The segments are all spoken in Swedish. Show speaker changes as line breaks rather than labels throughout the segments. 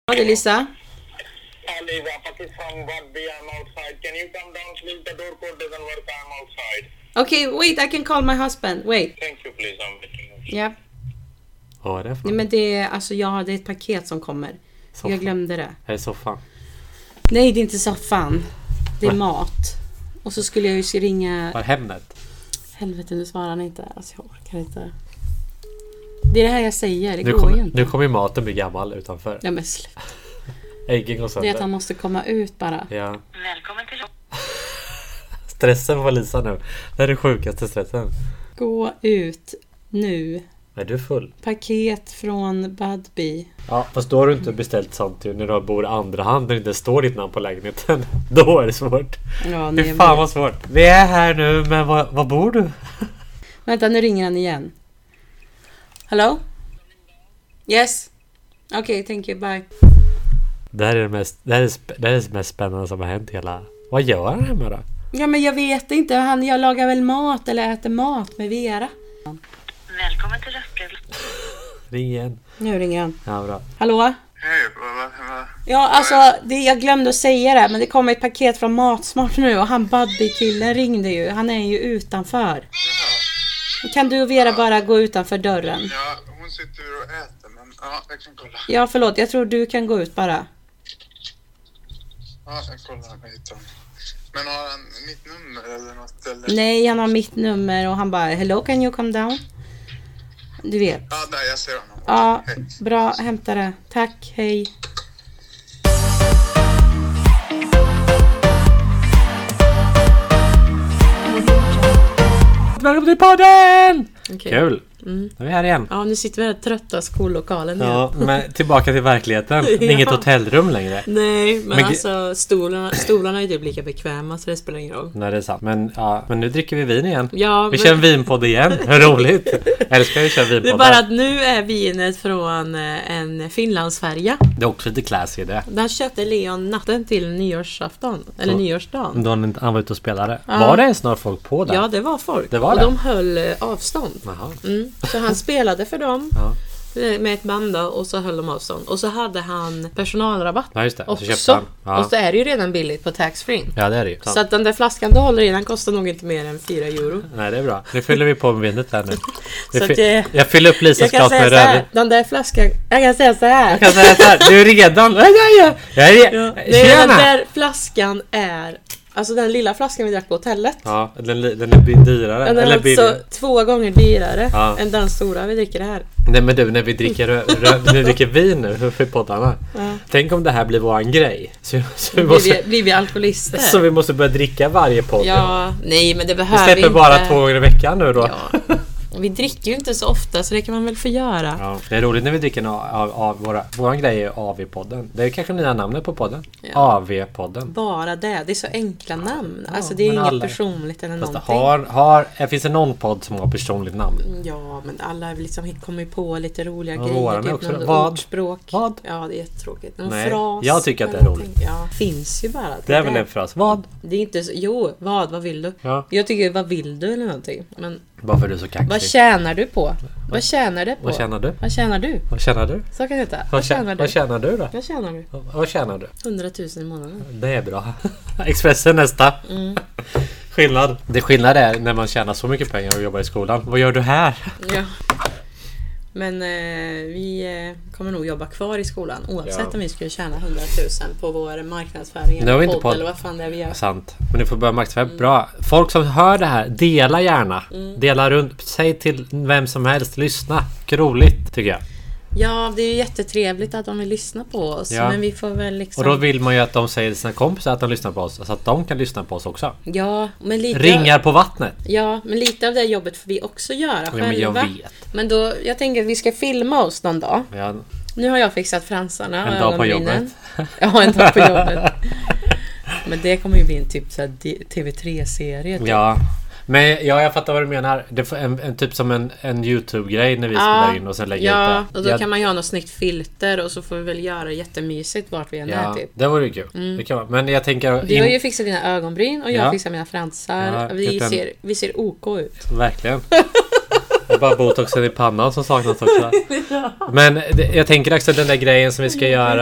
Ja, det är Lisa.
Ali, Pakistan from Badbi, I'm outside. Can you come down, please? The door code doesn't work, I'm outside.
Okay, wait, I can call my husband. Wait.
Thank you, please, I'm waiting.
Ja.
Vad är det för?
Nej, men det är, alltså, ja, det är ett paket som kommer.
Soffan.
Jag glömde det.
Är det soffan?
Nej, det är inte soffan. Det är mat. Och så skulle jag ju ringa...
Var Hemnet?
Helvete, nu svarar han inte. Alltså, jag orkar inte. Det är det här jag säger, det går ju inte.
Nu kommer maten bli gammal utanför.
Ja, men slut.
Äggen och
Det är att han måste komma ut bara.
Ja.
Välkommen till
Stressen var Lisa nu. Det är den sjukaste stressen.
Gå ut nu.
Är du full?
Paket från Badby.
Ja, fast då har du inte beställt sånt när du bor i andra hand när det inte står ditt namn på lägenheten. Då är det svårt.
Ja,
Fy fan vad svårt. Vi är här nu, men var bor du?
Vänta, nu ringer han igen. Hello? Yes? Okay, thank you, bye.
Det här är det mest spännande som har hänt hela... Vad gör han hemma då?
Ja, men jag vet inte. Jag lagar väl mat eller äter mat med Vera.
Välkommen till Röstgul.
Ring igen.
Nu ringer han.
Ja, bra.
Hallå?
Hej, vad?
Ja, alltså, jag glömde att säga det, men det kommer ett paket från Matsmart nu och han Budby-killen ringde ju. Han är ju utanför.
Jaha.
Kan du och Vera bara gå utanför dörren?
Ja, hon sitter och äter, men ja, jag kan kolla.
Ja, förlåt. Jag tror du kan gå ut bara.
Ja, jag kollar lite. Men har han mitt nummer eller något? Eller?
Nej, han har mitt nummer och han bara, hello, can you come down? Du vet.
Ja, där, jag ser honom.
Ja,
Hej.
bra, hämta det. Tack, hej.
Välkommen till podden!
Okay.
Kul!
Mm.
Nu är vi här igen.
Ja, nu sitter vi här trötta skollokalen
Ja,
igen.
men tillbaka till verkligheten.
Ja.
Inget hotellrum längre.
Nej, men
Men-
alltså stolarna är typ lika bekväma så det spelar ingen roll.
Nej, det är sant. Men nu dricker vi vin igen.
Ja,
Vi
men
kör en vinpodd igen. Roligt. Älskar att köra
det är
vinpodd.
bara att nu är vinet från en Finlandsfärja.
Det är också lite classy det.
Den köpte Leon natten till nyårsafton. Eller
Så-
nyårsdagen.
Då han var ute och spelade.
Ja.
Var det ens några folk på där?
Ja, det var folk.
Det var
och
det.
de höll avstånd.
Jaha.
Så han spelade för dem
Ja.
med ett band då, och så höll de avstånd. Och så hade han personalrabatt
Ja, just det. Så
också.
köpte han. Ja.
Och så är det ju redan billigt på taxfree.
Ja, det är det ju.
Så att den där flaskan du håller i, den kostar nog inte mer än 4 euro.
Nej, det är bra. Nu fyller vi på med vinet här nu.
Så att
Jag fyller upp Lisas
jag kan
glas
säga
med
så här,
rödvin.
den där flaskan, jag kan säga så här.
Jag kan säga så här, du är redan. Jag är
Ja, nej, den
Tjena!
där flaskan är, alltså den lilla flaskan vi drack på hotellet.
Ja, den är dyrare.
Den är
Eller
alltså
billigare.
2 gånger dyrare
Ja.
än den stora vi dricker här.
Nej, men du, när vi dricker, när vi dricker vin nu för poddarna.
Ja.
Tänk om det här blir våran grej. Så vi måste,
Blir vi alkoholister?
så vi måste börja dricka varje podd.
Ja, nej men det
Vi
behöver vi
släpper
inte.
bara 2 gånger i veckan nu då.
Ja. Och vi dricker ju inte så ofta så det kan man väl få göra.
Ja, det är roligt när vi dricker våran grej är AV-podden. Det är kanske nya namnet på podden.
Ja.
AV-podden.
Bara det. Det är så enkla namn.
Ja,
alltså det är
men
inget
alla-
personligt eller
Fast
någonting.
finns det någon podd som har personligt namn?
Ja, men alla har liksom kommit på lite roliga
Ja,
grejer.
våran är
Typ
också
något
det. Vad?
ordspråk.
Vad?
Ja, det är jättetråkigt. Någon
Nej,
fras.
jag tycker att det är
eller någonting.
roligt.
Ja, finns ju bara.
Det är väl en fras. Vad?
Det är inte så, jo, vad vill du?
Ja.
Jag tycker, vad vill du eller någonting. Men
Bara för du är så kaxig.
vad tjänar du på? Vad tjänar det på?
Vad tjänar du?
Vad tjänar du?
Vad tjänar du?
Så kan det heta.
Vad tjänar du då?
Vad tjänar du?
Vad tjänar du?
100 000 i månaden.
Det är bra. Expressen nästa. Skillnad. Det skillnad är när man tjänar så mycket pengar och jobbar i skolan. Vad gör du här?
Ja. Men vi kommer nog jobba kvar i skolan oavsett
Ja.
om vi skulle tjäna 100 000 på vår marknadsföring
Det har vi
eller
inte
podd
podd.
eller vad fan det är vi gör.
Sant. Men ni får börja marknadsföra. Bra. Folk som hör det här, dela gärna. Dela runt. Säg till vem som helst. Lyssna. Roligt tycker jag.
Ja, det är ju jättetrevligt att de vill lyssna på oss.
Ja.
Men vi får väl liksom...
Och då vill man ju att de säger till sina kompisar att de lyssnar på oss. Så att de kan lyssna på oss också.
Ja, men lite...
Ringar på vattnet.
Ja, men lite av det jobbet får vi också göra
Ja,
själva.
men jag vet.
Men då, jag tänker att vi ska filma oss någon dag.
Ja,
Nu har jag fixat fransarna och
en dag på
ögonbrynen.
jobbet.
Ja, en dag på jobbet. Men det kommer ju bli en typ så här TV3-serie. Typ.
Ja. Men jag fattar vad du menar. Det är en typ som en YouTube-grej när vi spelar in och sen lägger
ja,
ut det.
och då kan man ju ha något snyggt filter och så får vi väl göra det jättemysigt vart vi än är
Ja,
typ.
det vore ju kul. Det kan man. Men jag tänker...
Du har ju fixat dina ögonbryn och jag
Ja.
fixar mina fransar.
Ja,
Vi ser OK ut.
Verkligen. Det är bara botoxen i pannan som saknas också. Men jag tänker också den där grejen som vi ska göra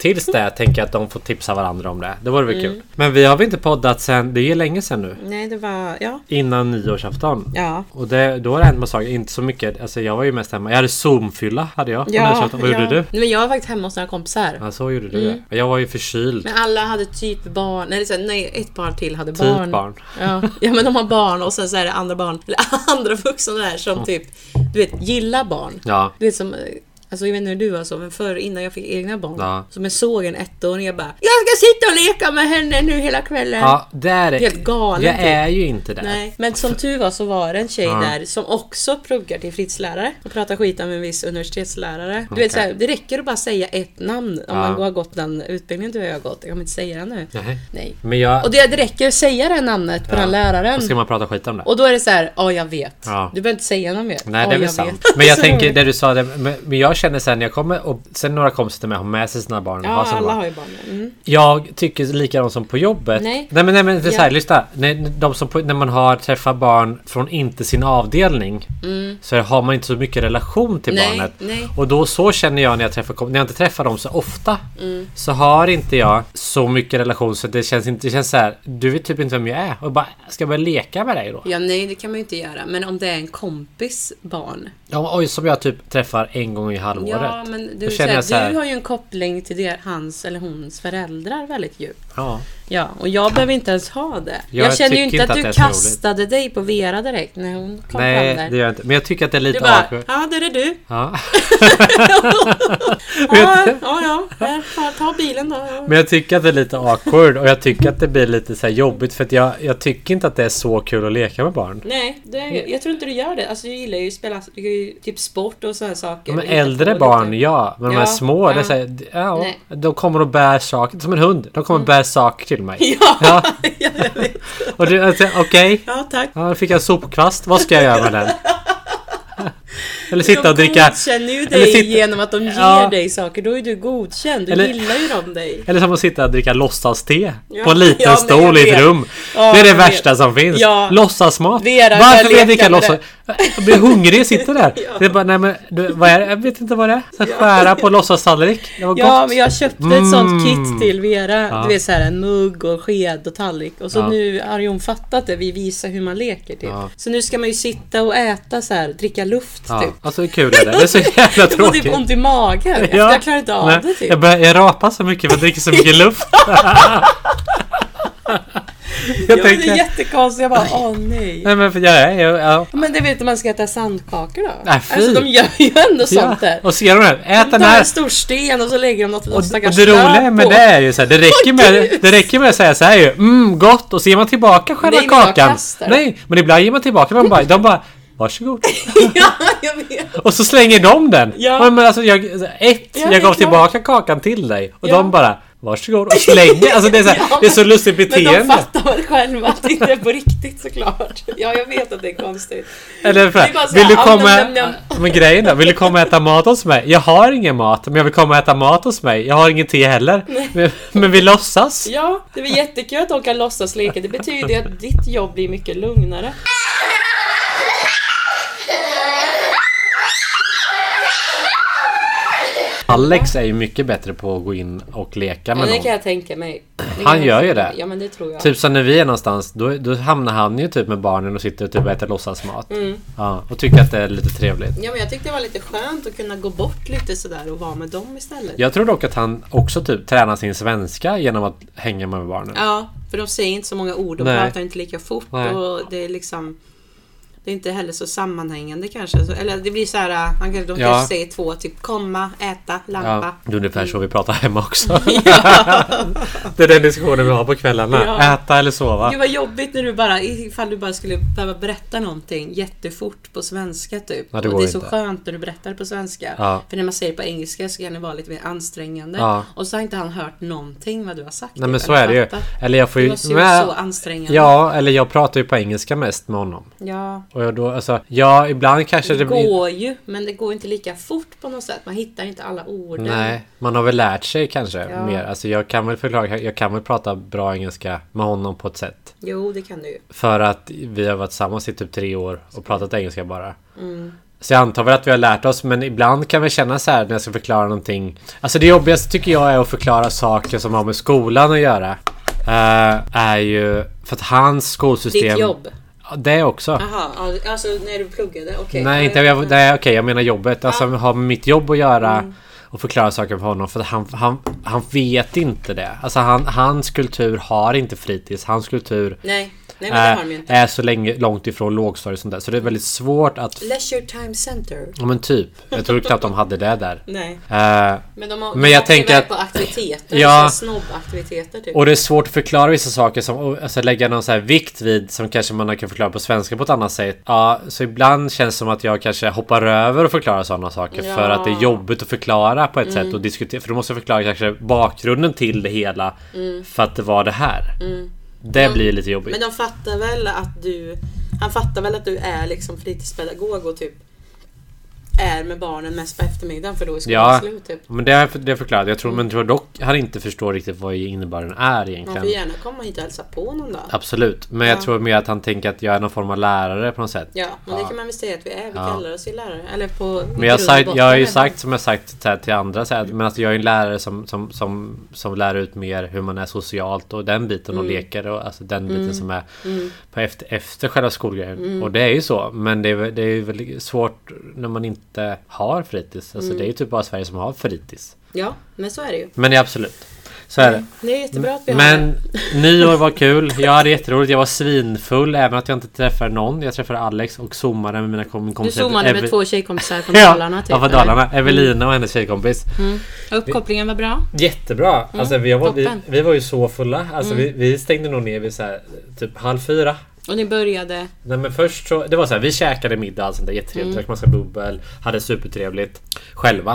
tills det tänker jag att de får tipsa varandra om det. Det vore väl kul. Men vi har väl inte poddat sen, det är länge sedan nu.
Nej, det var,
Innan nyårsafton.
Ja.
Och då har det hänt med saker, inte så mycket. Alltså jag var ju mest hemma. Jag hade Zoom-fylla, hade jag. Vad gjorde du?
Men jag var faktiskt hemma hos några kompisar.
Ja, så gjorde du det. Jag var ju förkyld.
Men alla hade typ barn. Nej, ett barn till hade
Typ
barn. Ja, men de har barn och sen så är det andra barn. Eller andra vuxna där som typ, du vet, gillar barn.
Ja.
Du vet som... Alltså jag vet inte hur du var så, men förr innan jag fick egna barn.
Ja.
Som jag såg en ettåring, jag bara, jag ska sitta och leka med henne nu hela kvällen.
Ja, det är det.
Helt galen.
Jag är ju inte där.
Nej, men som tur var så var det en tjej där som också pluggar till fritidslärare och pratar skit om en viss universitetslärare. Du vet så här, det räcker att bara säga ett namn om man har gått den utbildningen du har gått. Jag kommer inte säga det nu. Nej.
Men
och det räcker att säga det namnet på den läraren.
Och ska man prata skit om det?
Och då är det så här, jag vet.
Ja.
Du behöver inte säga något mer.
Nej, det är väl sant. Men jag tänker, det du sa, men jag känner sen när jag kommer, och sen några kompisar till mig har med sig sina barn.
Ja, alla har ju barn.
Jag tycker likadant som på jobbet. Nej men det är så här, lyssna. När man har träffat barn från inte sin avdelning, så har man inte så mycket relation till barnet.
Nej.
Och då så känner jag när jag inte träffar dem så ofta, så har inte jag så mycket relation, så det känns så här, du vet typ inte vem jag är och bara, ska jag börja leka med dig då?
Ja, nej, det kan man ju inte göra. Men om det är en kompis barn.
Ja, som jag typ träffar en gång i halvåret.
Ja, men du har ju en koppling till hans eller hons föräldrar väldigt djupt. Ja, och jag behöver inte ens ha det. Jag känner ju inte att du kastade dig på Vera direkt när hon kom fram där.
Nej, det gör jag inte. Men jag tycker att det är lite
du bara, ja, det är du.
Ja.
Ta bilen då. Ja.
Men jag tycker att det är lite awkward och jag tycker att det blir lite så här jobbigt för att jag tycker inte att det är så kul att leka med barn.
Nej, jag tror inte du gör det. Alltså jag gillar ju att spela typ sport och sådana saker.
Men äldre barn, men de är små, det är så här, de kommer och bär saker som en hund. De kommer och bär saker till mig.
Ja, jag vet.
Och du, okej.
Ja, tack.
Ja, då fick jag en sopkvast. Vad ska jag göra med den? Eller sitta och dricka.
De godkänner ju dig genom att de ger dig saker. Då är du godkänd. Du gillar ju dem dig.
Eller som att sitta och dricka låtsas-te på en liten stol i ett rum. Det är det värsta som finns. Låtsasmat. Varför vill jag dricka låtsas? Jag blir hungrig, jag sitter där. Det är bara, nej men, vad är det? Jag vet inte vad det är. Så skära på låtsastallrik. Det var gott.
Men jag köpte ett sånt kit till Vera. Du vet så här, en mugg och sked och tallrik. Och så nu har hon fattat det. Vi visar hur man leker typ. Så nu ska man ju sitta och äta så här, dricka luft typ.
Alltså hur kul är det? Det är så jävla tråkigt.
Det var typ ont i magen. Jag klarar inte av det typ.
Jag rapar så mycket för att dricka så mycket luft.
Det är jättekonstigt. Jag bara, nej.
Nej men
Men det vet du, man ska äta sandkakor då.
Alltså
de gör ju ändå sånt där.
Och ser de här, ät den
här.
här
En stor sten och så lägger de något
och det roliga med det är ju så här, det räcker med att säga så här ju, gott, och så ger man tillbaka själva kakan. Nej, men ibland ger man tillbaka de bara varsågod.
Ja, jag vet.
Och så slänger de den. Men alltså jag gav tillbaka kakan till dig och de bara varsågod och slänger. Alltså det är så här, det är så lustigt beteende.
Men de fattar väl själva att det inte är på riktigt såklart. Ja, jag vet att det är konstigt.
Eller vill du komma med grejen då? Vill du komma och äta mat hos mig? Jag har ingen mat, men jag vill komma och äta mat hos mig. Jag har ingen te heller. Men vi låtsas.
Ja, det är jättekul att de kan låtsas leka. Det betyder att ditt jobb blir mycket lugnare.
Alex är ju mycket bättre på att gå in och leka med någon.
Det kan jag tänka mig.
Han gör ju det.
Ja, men det tror jag.
Typ så när vi är någonstans, då hamnar han ju typ med barnen och sitter och typ äter låtsasmat. Ja, och tycker att det är lite trevligt.
Ja, men jag tyckte det var lite skönt att kunna gå bort lite sådär och vara med dem istället.
Jag tror dock att han också typ tränar sin svenska genom att hänga med barnen.
Ja, för de säger inte så många ord. De pratar inte lika fort. Och det är liksom... Det är inte heller så sammanhängande kanske. Eller det blir så här, de kanske säger två, typ komma, äta, lampa.
Ja, det är ungefär så vi pratar hemma också. Det är den diskussionen vi har på kvällarna. Äta eller sova.
Det var jobbigt när ifall du bara skulle behöva berätta någonting jättefort på svenska typ.
Ja,
och det är så skönt när du berättar på svenska. Ja. För när man säger på engelska så kan det vara lite mer ansträngande. Ja. Och så har inte han hört någonting vad du har sagt.
Nej, men så är det ju. Eller jag får ju...
Det var så ansträngande.
Ja, eller jag pratar ju på engelska mest med honom.
Ja.
Och då, alltså, ibland kanske
det går ju, men det går inte lika fort på något sätt. Man hittar inte alla ord.
Nej, man har väl lärt sig kanske mer. Alltså jag kan väl prata bra engelska med honom på ett sätt.
Jo, det kan du ju.
För att vi har varit tillsammans i typ 3 år och pratat engelska bara. Så jag antar väl att vi har lärt oss, men ibland kan vi känna så här när jag ska förklara någonting. Alltså det jobbigaste tycker jag är att förklara saker som har med skolan att göra. Är ju för att hans skolsystem...
Ditt jobb?
Det också.
Jaha, alltså när du pluggade? Okay.
Nej, inte jag menar jobbet. Alltså har med mitt jobb att göra och förklara saker för honom. För att han vet inte det. Alltså hans kultur har inte fritids. Hans kultur...
Nej, men det har de ju inte.
Är så långt ifrån lågstadiet och sånt där. Så det är väldigt svårt att...
Leisure Time Center.
Ja, men typ. Jag tror knappt de hade det där.
Nej.
Men jag tänker att...
på aktiviteter.
Ja.
Snobbaktiviteter typ.
Och det är svårt att förklara vissa saker som... Alltså lägga någon så här vikt vid som kanske man kan förklara på svenska på ett annat sätt. Ja, så ibland känns det som att jag kanske hoppar över och förklara sådana saker. För att det är jobbigt att förklara på ett sätt och diskutera. För du måste förklara kanske bakgrunden till det hela. För att det var det här. Det blir lite jobbigt.
Men de fattar väl att han fattar väl att du är liksom fritidspedagog och typ är med barnen mest på eftermiddagen för då är skolan slut typ.
Men det är förklarat. Jag tror dock han inte förstår riktigt vad innebörden är egentligen.
Man får gärna komma hit och hälsa på någon dag.
Absolut. Men jag tror mer att han tänker att jag är någon form av lärare på något sätt.
Ja, men det kan man väl säga att vi är. Vi kallar oss ju lärare. Eller på
men jag har ju sagt som jag sagt till andra så här, men alltså jag är en lärare som lär ut mer hur man är socialt och den biten och leker och alltså den biten som är på efter själva skolgrejen. Och det är ju så, men det är ju väldigt svårt när man inte har fritids. Alltså det är ju typ bara Sverige som har fritids.
Ja, men så är det ju.
Men det är absolut. Så är det.
Det är jättebra att vi
har det. Nyår var kul. Jag hade jätteroligt. Jag var svinfull även att jag inte träffade någon. Jag träffade Alex och zoomade med mina kompisar.
Du zoomade med 2 tjejkompisar från Dalarna typ.
Ja, från Dalarna. Evelina och hennes tjejkompis.
Uppkopplingen var bra.
Jättebra. Alltså vi var ju så fulla. Alltså vi stängde nog ner vid så här, typ 3:30.
Och ni började...
Nej men först så... Det var så här, vi käkade middag och sånt där jättetrevligt. Drack massa bubbel. Hade supertrevligt. Själva.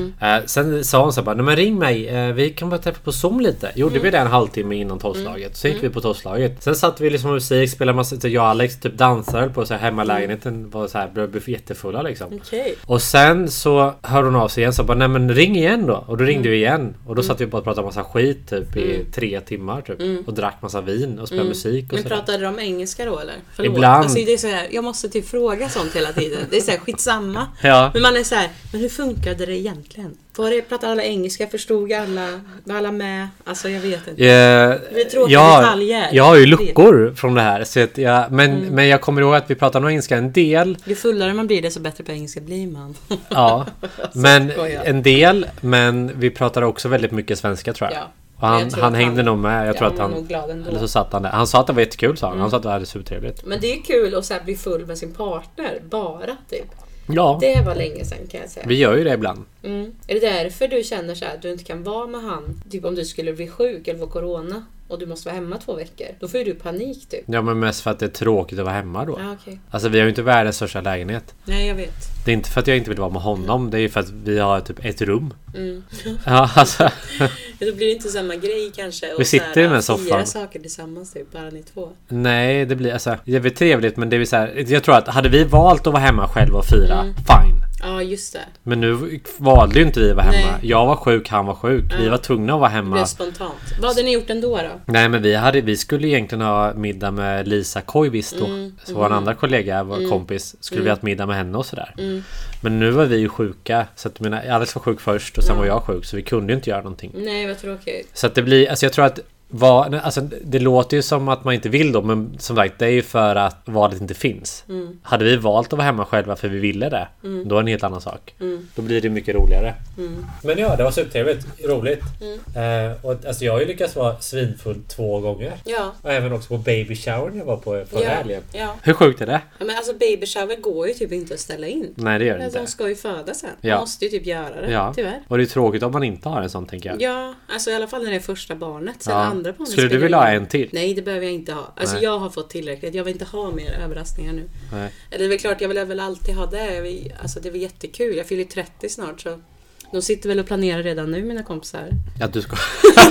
Sen sa hon så bara, nej men ring mig. Vi kan bara träffa på Zoom lite. Gjorde vi det en halvtimme innan tolvslaget. Så gick vi på tolvslaget. Sen satt vi liksom musik, spelade massa... Jag och Alex typ dansade på så här hemmalägenheten. Var så här, blev jättefulla liksom.
Okay.
Och sen så hörde hon av sig igen. Så bara, nej men ring igen då. Och då ringde vi igen. Och då satt vi bara och pratade massa skit typ i 3 timmar typ. Och drack massa vin och spelade musik och
men pratade de engelska då eller? Förlåt.
Ibland.
Alltså, det är så här, jag måste typ fråga sånt hela tiden. Det är så här skitsamma.
Ja.
Men man är så här, men hur funkade det egentligen? Pratade alla engelska? Förstod alla? Var alla med? Alltså jag vet inte. Det är tråkiga detaljer.
Jag har ju luckor från det här. Så att men jag kommer ihåg att vi pratar nog engelska en del.
Ju fullare man blir det så bättre på engelska blir man.
Ja, men en del. Men vi pratar också väldigt mycket svenska tror jag. Ja. Och han hängde nog med. Jag tror att han eller så satt han där. Han sa att det var jättekul, sa han. Han sa att det var supertrevligt.
Men det är kul att så här bli full med sin partner. Bara typ.
Ja.
Det var länge sedan kan jag säga.
Vi gör ju det ibland.
Är det därför du känner så här att du inte kan vara med han? Typ om du skulle bli sjuk eller få corona och du måste vara hemma 2 veckor. Då får ju du panik typ.
Ja, men mest för att det är tråkigt att vara hemma då.
Okay.
Alltså vi har ju inte världens största lägenhet.
Nej, jag vet.
Det är inte för att jag inte vill vara med honom. Det är ju för att vi har typ ett rum. Ja, alltså.
Då blir det inte samma grej kanske.
Vi sitter i den här soffan.
4 saker tillsammans typ, bara ni 2.
Nej, det blir alltså. Det är väl trevligt, men det är så här. Jag tror att hade vi valt att vara hemma själva och fira, fine.
Ja, just det.
Men nu valde ju inte vi att vara hemma. Nej. Jag var sjuk, han var sjuk. Vi var tvungna att vara hemma.
Det blev spontant. Vad hade ni gjort ändå då?
Nej, men vi skulle egentligen ha middag med Lisa Koivisto. Så vår andra kollega, vår kompis, skulle vi ha ett middag med henne och sådär. Men nu var vi ju sjuka. Så att Alex var sjuk först och sen var jag sjuk. Så vi kunde ju inte göra någonting.
Nej, vad tråkigt.
Så att det blir, alltså jag tror att det låter ju som att man inte vill då, men som sagt, det är ju för att valet inte finns. Hade vi valt att vara hemma själva för vi ville det, då är det en helt annan sak. Då blir det mycket roligare. Men ja, det var supertrevligt, roligt. Och alltså jag har ju lyckats vara svinfull 2 gånger. Ja. Och även också på baby shower jag var på förra helgen. Ja. Hur sjukt är det?
Ja, men alltså baby shower går ju typ inte att ställa in.
Nej, det gör det inte.
De ska ju föda sen. Man måste ju typ göra det, tyvärr.
Och det är tråkigt om man inte har en sån, tänker jag.
Ja, alltså i alla fall när det är första barnet. Sen
skulle du vilja ha en till?
Nej, det behöver jag inte ha. Alltså jag har fått tillräckligt. Jag vill inte ha mer överraskningar nu. Nej. Eller det är väl klart, jag vill väl alltid ha det. Alltså det är väl jättekul. Jag fyller 30 snart så De sitter väl och planerar redan nu, mina kompisar.
Ja, du ska.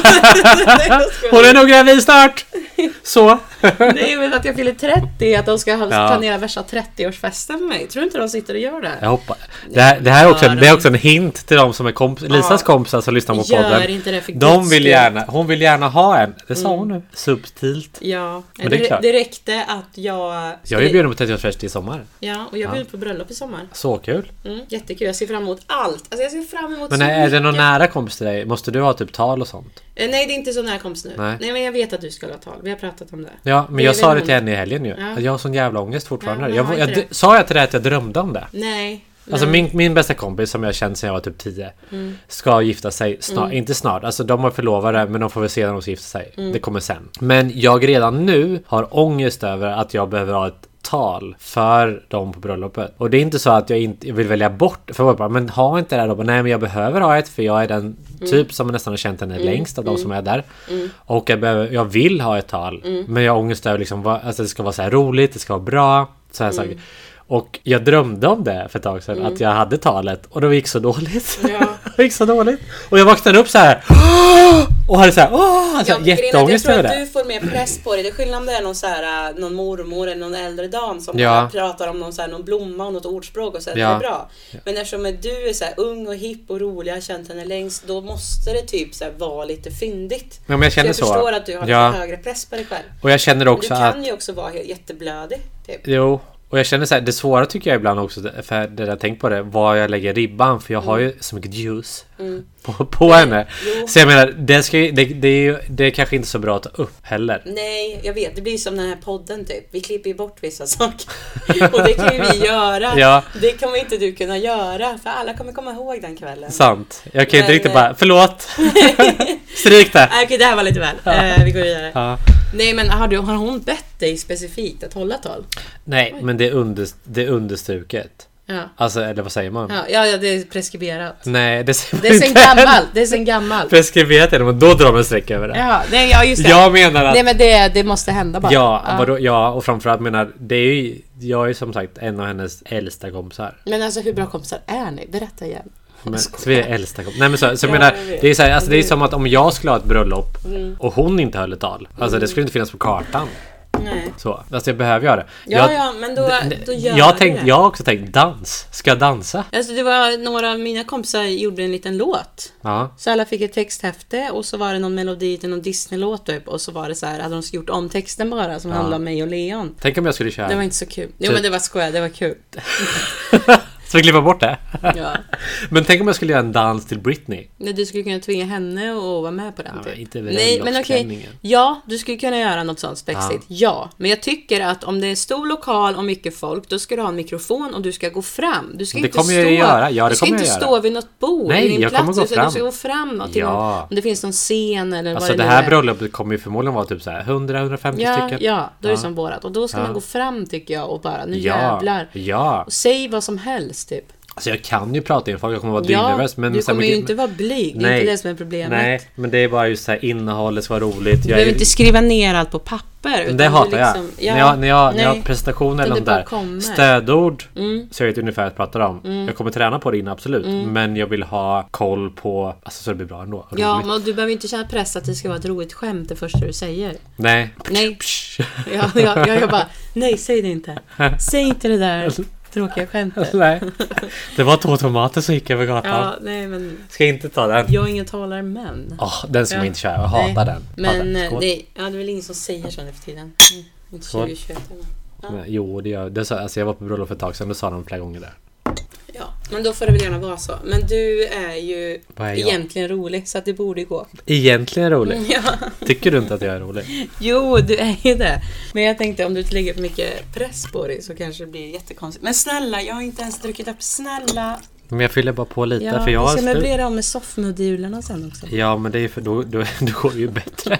Hon är nog gravid snart. Så.
Nej, men att jag fyller 30, att de ska planera värsta 30-årsfesten med mig. Tror du inte de sitter och gör det?
Jag hoppas. Det är också en hint till de som är Lisas kompisar som lyssnar på podden.
Gör inte det för
hon vill gärna ha en. Det sa hon nu. Subtilt.
Ja, men det räckte att jag
är bjuden på 30-årsfest i sommar.
Ja, och jag bjuder på bröllop i sommar.
Så kul.
Jättekul, jag ser fram emot allt. Alltså jag ser fram emot.
Men är det någon nära kompis till dig? Måste du ha typ tal och sånt?
Nej, det är inte så nära kompis nu. Nej, men jag vet att du ska ha tal. Vi har pratat om det.
Ja, men jag sa det till henne i helgen ju. Ja. Jag har sån jävla ångest fortfarande. Sa jag till dig att jag drömde om det?
Nej.
Alltså min bästa kompis som jag känt sedan jag var typ 10 ska gifta sig snart. Inte snart, alltså de har förlovare, men de får väl se när de ska gifta sig. Det kommer sen. Men jag redan nu har ångest över att jag behöver ha ett tal för dem på bröllopet. Och det är inte så att jag inte vill välja bort, för jag bara, men ha inte det då. Nej, men jag behöver ha ett, för jag är den typ som nästan har känt henne längst av de som är där. Och jag vill ha ett tal, men jag har ångest över liksom, alltså det ska vara så här roligt, det ska vara bra, så här saker. Och jag drömde om det för ett tag sedan, att jag hade talet, och det gick så dåligt. Ja. Det gick så dåligt. Och jag vaknade upp så här och hade så här jätteångest över det.
Jag tror att du får mer press på dig. Det är skillnad om det är någon så här, någon mormor eller någon äldre dam som pratar om någon blomma och något ordspråk och så, det är bra. Men eftersom du är så här ung och hipp och rolig, jag har känt henne längst, då måste det typ så här vara lite fyndigt.
Ja, men jag känner så.
Jag förstår att du har lite högre press på dig själv.
Och jag känner också
att du kan ju också vara jätteblödig typ.
Jo. Och jag känner så här, det svåra tycker jag ibland också, för det jag tänkt på det, var jag lägger ribban, för jag har ju så mycket juice på henne. Jo. Så jag menar, det är kanske inte så bra att ta upp heller.
Nej, jag vet, det blir som den här podden typ. Vi klipper ju bort vissa saker. Och det kan ju vi göra. Ja. Det kommer inte du kunna göra, för alla kommer komma ihåg den kvällen.
Sant. Jag kan inte riktigt bara, förlåt. Stryk det.
Okej, det här var lite väl. Vi går vidare. Ja. Nej, men har hon bett dig specifikt att hålla tal?
Nej, men det är understruket.
Ja.
Alltså, eller vad säger man?
Ja, det är preskriberat.
Nej, det
är sen gammalt. Det är sen gammalt.
Preskriberat, men då drar man en streck över det.
Ja, just det.
Jag menar att...
Nej, men det måste hända bara.
Ja, och framförallt menar, det är ju, jag är som sagt en av hennes äldsta kompisar.
Men alltså, hur bra kompisar är ni? Berätta igen.
Men, så vi är äldsta. Nej, men så jag menar, det är så här, alltså det är som att om jag skulle ha ett bröllop och hon inte höll ett tal, alltså det skulle inte finnas på kartan.
Nej.
Så, alltså jag behöver göra det.
Men då gör
jag har också tänkt dans. Ska jag dansa?
Alltså det var några av mina kompisar gjorde en liten låt.
Ja.
Så alla fick ett texthäfte och så var det någon melodi till någon Disney-låt typ, och så var det så här, hade de gjort om texten bara som handlade om mig och Leon.
Tänk om jag skulle köra.
Det var inte så kul. Jo, men det var skoj, det var kul.
Så vi klipper bort det.
Ja.
Men tänk om jag skulle göra en dans till Britney.
Nej, du skulle kunna tvinga henne att vara med på den.
Inte
nej, men okej. Ja, du skulle kunna göra något sånt spexigt. Ja, men jag tycker att om det är stor lokal och mycket folk, då ska du ha en mikrofon och du ska gå fram. Du ska
det
inte
kommer jag göra. Ja,
du ska inte stå vid något bord.
Nej, jag kommer gå fram.
Du ska gå fram till någon, om det finns någon scen eller
alltså,
vad det
här bröllopet kommer ju förmodligen vara typ så här 100-150 stycken.
Ja, då är det som vårat. Och då ska man gå fram tycker jag och bara, nu jävlar.
Ja.
Och säg vad som helst typ.
Alltså jag kan ju prata inför folk, jag kommer vara dygnervös, men
du kommer ju inte vara blyg. Det är inte det som är problemet.
Nej, men det är bara just så här, innehållet ska vara roligt.
Du behöver inte skriva ner allt på papper, utan
det hatar
liksom,
jag. När jag har presentationer eller något där stödord, så jag vet ungefär vad jag pratar om. Jag kommer träna på det innan, absolut. Men jag vill ha koll på, alltså så det blir bra ändå.
Ja, roligt. Men du behöver inte känna press att det ska vara ett roligt skämt det första du säger.
Nej.
Jag bara, nej, säg det inte. Säg inte det där tråkiga skämtet.
Nej. Det var 2 tomater som gick över gatan.
Ja, nej, men
ska jag inte ta den?
Jag är ingen talare, men
den som inte kör. Jag hatar den.
Men det är väl ingen som säger så nu för tiden. Inte 2021.
Jo, det gör det. Alltså, jag var på bröllop för ett tag sedan, då sa de flera gånger där.
Ja, men då får det väl gärna vara så. Men du är ju egentligen rolig, så att det borde gå.
Egentligen rolig? Ja. Tycker du inte att jag är rolig?
Jo, du är ju det. Men jag tänkte om du inte lägger för mycket press på dig så kanske det blir jättekonstigt. Men snälla, jag har inte ens druckit upp. Snälla.
Men jag fyller bara på lite.
Ja,
för jag
ska möblera om med soffmodulerna sen också.
Ja, men det är för då går det ju bättre.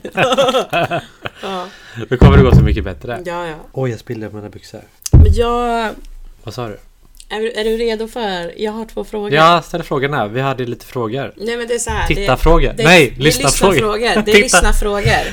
Ja. Då kommer det gå så mycket bättre.
Ja.
Oj, jag spillde mina byxor.
Men
Vad sa du?
Är du redo för? Jag har 2 frågor.
Ja, ställ frågorna. Vi hade lite frågor.
Nej, men det är så här.
Titta-frågor. Nej, lyssna-frågor.
Det är lyssna-frågor.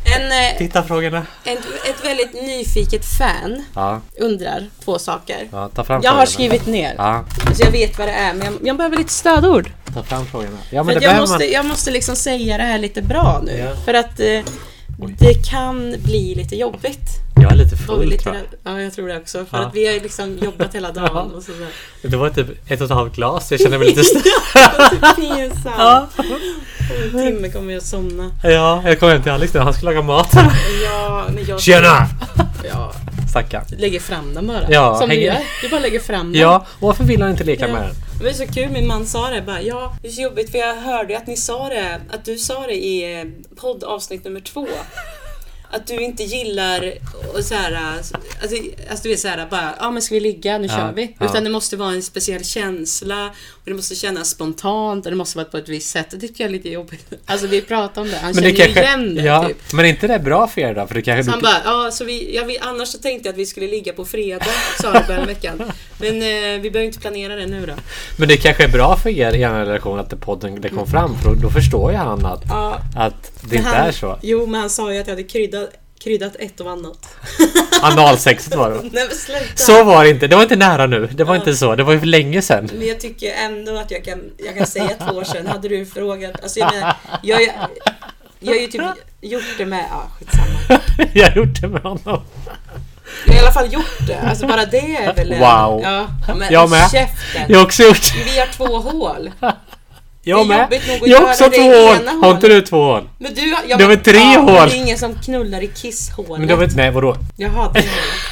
Tittarfrågorna.
Ett väldigt nyfiket fan undrar 2 saker.
Ja, ta fram
jag har skrivit ner.
Ja.
Så jag vet vad det är, men jag behöver lite stödord.
Ta fram frågorna. Ja, men
jag måste liksom säga det här lite bra nu. Ja. För att det kan bli lite jobbigt.
Jag är lite full, tror jag.
Ja, jag tror det också. För att vi har liksom jobbat hela dagen. Och sådär.
Det var typ 1,5 glas. Jag känner mig lite
pinsamt. En timme kommer jag somna.
Ja, jag kommer hem till Alex nu. Han ska laga mat.
Ja, men jag...
Tjena!
Ja.
Stackarn.
Lägger fram den bara.
Ja,
som du gör. Du bara lägger fram den.
Ja, och varför vill han inte leka med den?
Det var så kul, min man sa det bara, ja, det är så jobbigt för jag hörde att ni sa det, att du sa det i poddavsnitt nummer 2. Att du inte gillar och så här, alltså du vet så här bara, ja men ska vi ligga, nu kör vi. Utan det måste vara en speciell känsla och det måste kännas spontant och det måste vara på ett visst sätt. Det tycker jag är lite jobbigt. Alltså vi pratar om det. Han känner ju igen det typ.
Men är inte det bra för er då? För det kanske
han bara, ja så annars så tänkte jag att vi skulle ligga på fredag, sa det början av veckan. Men vi behöver inte planera det nu då.
Men det kanske är bra för er i en relation att podden det kom fram, för då förstår ju han att det inte är så.
Jo, men han sa ju att jag hade kryddat ett och annat.
Analsexet var det.
Nej, men sluta.
Så var det inte. Det var inte nära nu. Det var inte så. Det var ju för länge sedan.
Men jag tycker ändå att jag kan säga 2 år sedan. Hade du frågat... Alltså jag har ju typ gjort det med... Ja, skitsamma.
Jag har gjort det med honom.
Jag har i alla fall gjort det. Alltså bara det är väl...
Wow.
Ja, men
jag med.
Käften.
Jag har också gjort.
Vi har 2 hål.
Jag med. Jag har också 2 hål. Har inte du 2 hål?
Men
du har 3 hål.
Det är ingen som knullar i kisshålet.
Men du vet, nej, vadå?
Jaha, det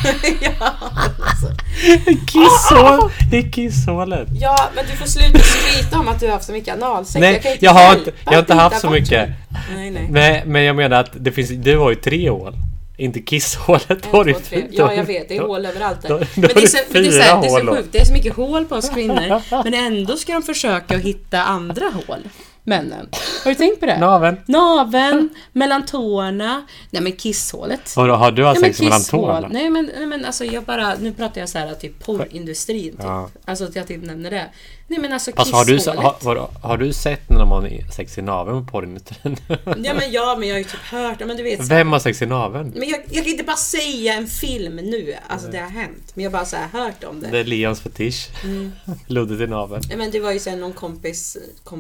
kisshål. Det är kisshålet.
Ja, men du får sluta skryta om att du har haft så mycket analsex.
Nej, jag har inte haft så mycket.
Nej.
Men jag menar att du har ju 3 hål. Inte kisshålet.
Ja, jag vet. Det är hål överallt där. Men det är så sjukt. Det är så mycket hål på oss kvinnor. Men ändå ska de försöka att hitta andra hål. Männen. Har du tänkt på det? Naveln, mellan tårna. Nej, men kisshålet.
Har du haft sex mellan tårna?
Nej, men alltså nu pratar jag så här typ porrindustrin typ. Ja. Alltså att jag typ nämner det. Nej, men alltså kisshålet.
Har du sett när man har sex i naveln på porrindustrin?
Ja, men jag har ju typ hört det. Men du vet,
vem har sex i naveln?
Men jag kan inte bara säga en film nu. Alltså det har hänt. Men jag har bara så här hört om det.
Det är Leons fetisch. Luddet i naveln.
Men det var ju sen någon kompis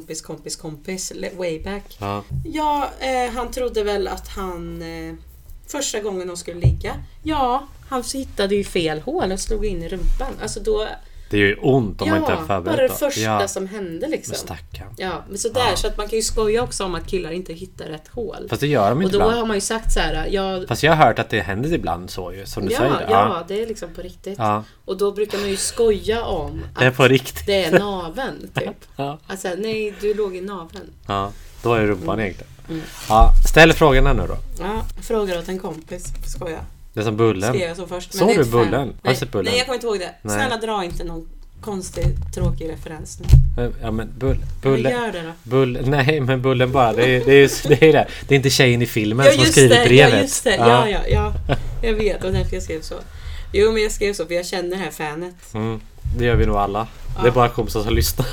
way back. Ja, han trodde väl att han första gången de skulle ligga. Ja, han hittade ju fel hål och slog in i rumpan. Alltså då...
Det är ju ont om man inte har förberett.
Bara det första som hände liksom. Ja, men sådär. Så att man kan ju skoja också om att killar inte hittar rätt hål.
Fast det gör de inte.
Och då har man ju sagt så här.
Fast jag har hört att det händer ibland så ju, som du säger.
Ja, det är liksom på riktigt. Ja. Och då brukar man ju skoja om att
det är på riktigt.
Det är naveln typ. Alltså, nej, du låg i naveln.
Ja, då är det rumpan egentligen. Ja, ställ frågorna nu då.
Ja, frågar åt en kompis. Skoja.
Det är som Bullen.
Skrev jag så först.
Såg du Bullen?
Nej, jag kommer inte ihåg det. Nej. Snälla dra inte någon konstig, tråkig referens nu.
Ja, men Bullen...
Gör det då.
Nej, men Bullen bara. Det är det. Det är inte tjejen i filmen som skriver brevet.
Ja, just det. Ja. Jag vet, och därför jag skrev så. Jo, men jag skrev så för jag känner det här fanet.
Det gör vi nog alla. Det är bara kompisar som lyssnar.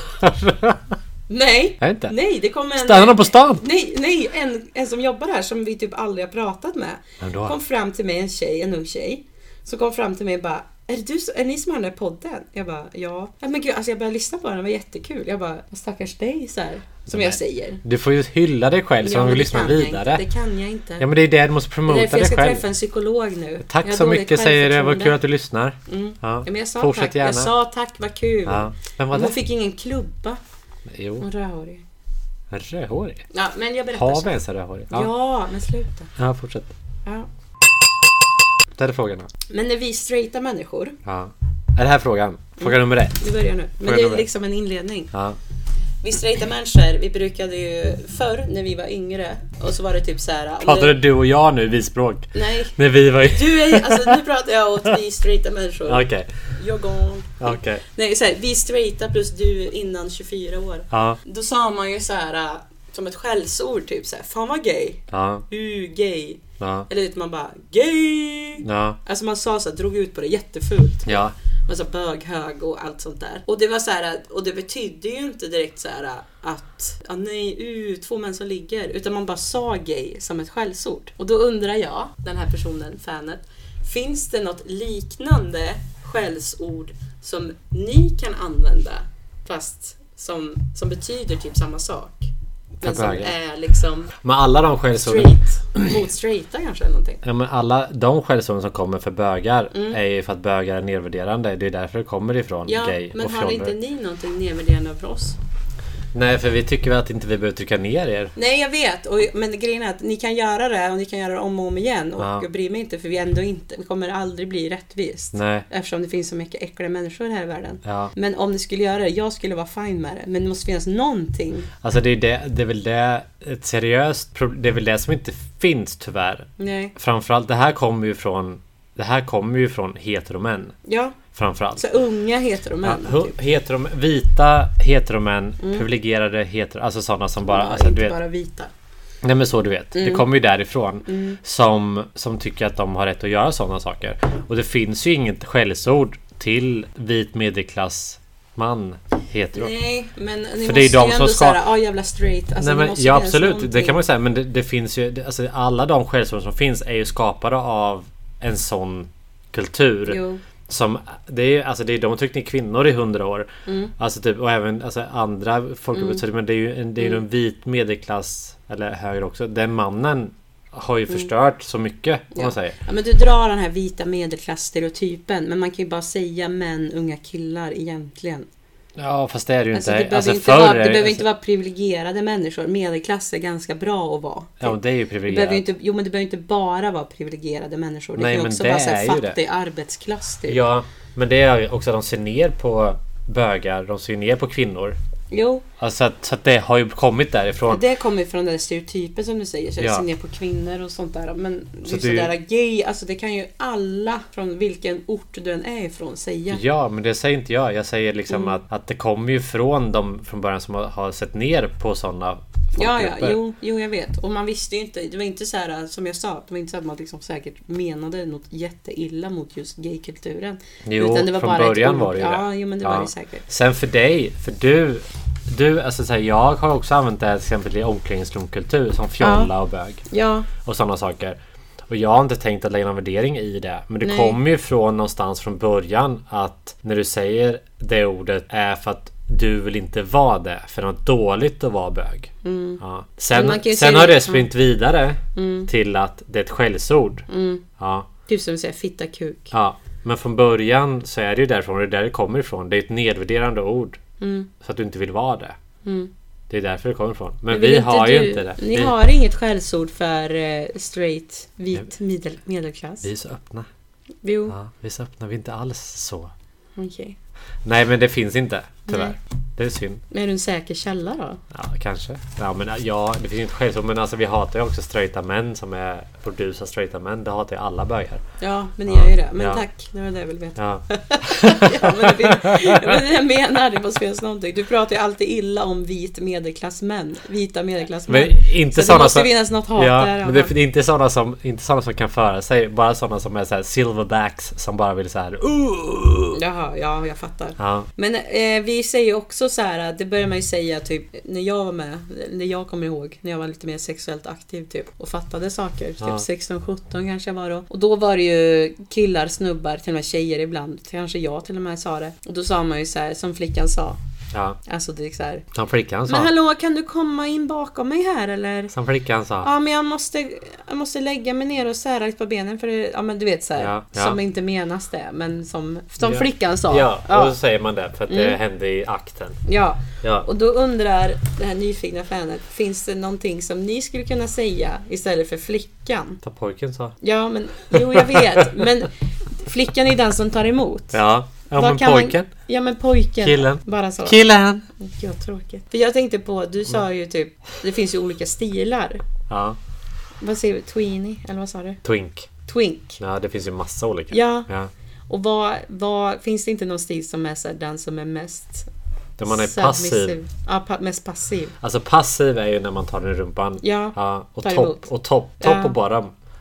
Nej,
inte.
Nej, det kom en...
Stannar på stan?
Nej, en som jobbar här som vi typ aldrig har pratat med. Kom fram till mig, en ung tjej. Så kom fram till mig och bara, är ni som har den här podden? Jag bara, ja. Men gud, alltså jag började lyssna på den, det var jättekul. Jag bara, stackars dig så här, som jag säger.
Du får ju hylla dig själv så du lyssnar vidare.
Det kan jag inte.
Ja, men det är det du måste promota dig själv.
Jag ska träffa en psykolog nu.
Tack så mycket säger det, vad kul att du lyssnar.
Ja, men jag sa
fortsätt
tack.
Gärna.
Jag sa tack, vad kul.
Ja.
Men hon fick ingen klubba.
Jo.
Hon rödhårig.
Rödhårig?
Ja, men jag berättar.
Har vi ens rödhårig?
Ja, men sluta.
Ja, fortsätt.
Ja.
Det är frågorna.
Men när vi straighta människor.
Ja. Är det här frågan? Fråga nummer 1.
Vi börjar nu. Men det är liksom en inledning. Ja. Vi straighta människor, vi brukade ju förr när vi var yngre. Och så var det typ så här.
Pratade du och jag nu i språk?
Nej.
När vi var
alltså nu pratar jag åt vi straighta människor.
Okej.
Jag gång.
Okej.
Nej, så här, vi straighta plus du innan 24 år.
Ja.
Då sa man ju så här som ett skällsord typ så här, fan vad gay.
Ja.
Gay.
Ja.
Eller man bara gay.
Ja.
Alltså man sa så här, drog ut på det jättefult.
Ja.
Alltså böghög och allt sånt där. Och det var så här, och det betydde ju inte direkt så här att två män som ligger, utan man bara sa gay som ett skällsord. Och då undrar jag, den här personen, fanet, finns det något liknande skällsord som ni kan använda fast som betyder typ samma sak? Men som är liksom
men alla de skällsorden
mot straighta kanske eller någonting.
Ja, men alla de skällsorden som kommer för bögar är ju för att bögar är nedvärderande. Det är därför det kommer ifrån gay
men
och
har inte ni någonting nedvärderande för oss?
Nej, för vi tycker väl att inte vi behöver trycka ner er.
Nej, jag vet. Men grejen är att ni kan göra det och ni kan göra det om och om igen. Och jag bryr mig inte, för vi kommer aldrig bli rättvist.
Nej.
Eftersom det finns så mycket äckliga människor här i världen.
Ja.
Men om ni skulle göra det, jag skulle vara fine med det. Men det måste finnas någonting.
Alltså det är väl det ett seriöst problem. Det är väl det som inte finns tyvärr.
Nej.
Framförallt, det här kommer ju från heteromän.
Ja.
Framförallt.
Så unga heteromän.
Ja, typ. Vita heteromän, privilegierade alltså sådana som bara...
Ja,
alltså,
inte
du vet,
bara vita.
Nej, men så du vet. Det kommer ju därifrån som tycker att de har rätt att göra sådana saker. Och det finns ju inget skällsord till vit medelklass man hetero.
Nej, men ni
för
måste ju ändå
ska...
säga, jävla straight. Alltså,
nej, men, ja, absolut. Det kan man ju säga. Men det finns ju... Alltså, alla de skällsord som finns är ju skapade av en sån kultur.
Jo.
Som det är de tryckte kvinnor i 100 år. Alltså typ, och även alltså, andra folkgrupper, men det är ju en vit medelklass eller högre också. Den mannen har ju förstört så mycket, om man säger.
Ja, men du drar den här vita medelklass-stereotypen, men man kan ju bara säga män, unga killar egentligen.
Ja, fast det är det ju
alltså,
inte.
Det behöver inte vara privilegierade människor. Medelklass är ganska bra att vara.
Ja, det är ju privilegierat.
Men det behöver inte bara vara privilegierade människor. Det kan också vara så här fattig arbetsklass. Typ.
Ja, men det är också att de ser ner på bögar. De ser ner på kvinnor.
Jo.
Alltså så att det har ju kommit därifrån.
Det kommer från den stereotypen som du säger. Så ser ner på kvinnor och sånt där. Men så sådär gay, alltså det kan ju alla från vilken ort du än är ifrån säga.
Ja, men det säger inte jag. Jag säger liksom att det kommer ju från dem från början som har sett ner på sådana folkgrupper.
Jo, jag vet. Och man visste ju inte, det var inte så här som jag sa, det var inte så att man liksom säkert menade något jätteilla mot just gaykulturen.
Jo,
utan det var
från
bara
början var det ju det.
Ja, men det var det säkert.
Sen för dig, för du alltså så här, jag har också använt det här, till exempel i omklädningsrumskultur som fjolla och bög.
Ja.
Och sådana saker. Och jag har inte tänkt att lägga någon värdering i det. Men det kommer ju från någonstans från början att när du säger det ordet är för att du vill inte vara det. För det är dåligt att vara bög. Ja. Sen har det sprint vidare till att det är ett skällsord. Ja.
Typ som att säga fitta kuk.
Ja. Men från början så är det ju därifrån. Det är där det kommer ifrån. Det är ett nedvärderande ord. Så att du inte vill vara det. Det är därför det kommer ifrån. Men vi har ju inte det.
Ni har inget skällsord för straight, vit medelklass.
Vi är så öppna.
Jo.
Ja, vi är så öppna. Vi är inte alls så.
Okej.
Nej, men det finns inte. Tyvärr. Nej. Det är synd.
Men är du en säker källa då?
Ja, kanske. Ja, men det finns inte skällsord. Men alltså vi hatar ju också straighta män som är producer straighta män. Det hatar ju alla bögar.
Ja, men ni gör ju det. Men tack, det var det jag ville veta.
Ja.
Men jag menar, det måste finnas någonting. Du pratar ju alltid illa om vita medelklassmän. Men
inte
så det måste finnas något hat där.
Men det är inte sådana som kan föra sig. Bara sådana som är så här silverbacks som bara vill så här.
Jaha, ja, jag fattar.
Ja.
Men vi säger också så här, det börjar man ju säga typ när jag var med, när jag kommer ihåg, när jag var lite mer sexuellt aktiv typ och fattade saker, typ 16-17 kanske var då. Och då var det ju killar, snubbar, till och med tjejer ibland, kanske jag till och med sa det. Och då sa man ju så här, som flickan sa.
Ja.
Alltså det är så här.
Som flickan sa.
Men hallå, kan du komma in bakom mig här eller?
Som flickan sa.
Ja, men jag måste lägga mig ner och sära lite på benen för det, ja men du vet så här, som inte menas det, men som flickan sa.
Ja, och så säger man det för att det hände i akten.
Ja. Och då undrar det här nyfikna fanet, finns det någonting som ni skulle kunna säga istället för flickan?
Ta pojken sa.
Ja, men jo, jag vet, men flickan är den som tar emot.
Ja, men pojken.
Ja, men pojken.
Killen.
Bara så.
Killen.
Gud, tråkigt. För jag tänkte på, du sa ju typ, det finns ju olika stilar.
Ja.
Vad säger du? Tweenie? Eller vad sa du? Twink.
Ja, det finns ju massa olika.
Ja. Och vad finns det inte någon stil som är så här, den som är mest...
Där man är passiv.
Ja, mest passiv.
Alltså passiv är ju när man tar den i rumpan.
Ja.
Och topp och bottom.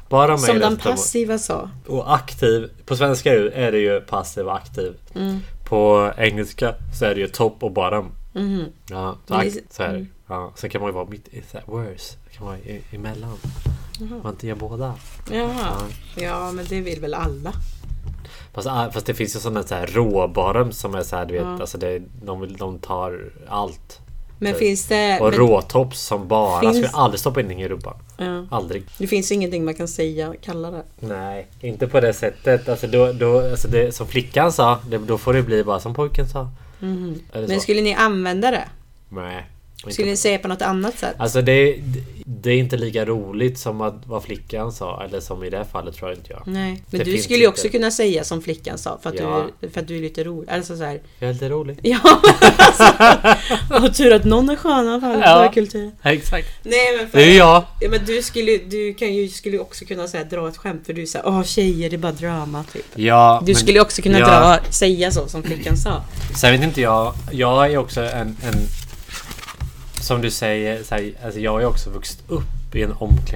Bara
som de passiva sa.
Och aktiv, på svenska är det ju passiv och aktiv. På engelska så är det ju top och bottom. Ja, så är det. Ja, sen kan man ju vara mitt i worse. Kan man vara emellan. Man inte gör båda.
Ja, men det vill väl alla.
Fast det finns ju sådana så här råbottom som är så här, du vet, alltså de tar allt.
Men finns det...
Och råtops som bara skulle aldrig stoppa in i rumpan. Aldrig.
Det finns ingenting man kan kalla det.
Nej, inte på det sättet. Alltså alltså det, som flickan sa, då får det bli bara som pojken sa.
Men skulle ni använda det?
Nej.
Skulle ni säga på något annat sätt?
Alltså det är inte lika roligt som att vad flickan sa. Eller som i det här fallet tror jag inte jag.
Nej, men du skulle ju också kunna säga som flickan sa. För att du är lite rolig. Alltså så här.
Jag är lite rolig.
Ja, alltså. Och tur att någon är skön i alla fall. Ja, kultur.
Ja, exakt.
Nej, men
det är jag.
Ja, men du skulle också kunna säga, dra ett skämt. För du säger, tjejer, det är bara drama typ.
Ja,
du skulle också kunna säga så som flickan sa.
Sen vet inte jag är också en som du säger, alltså jag har ju också vuxit upp i en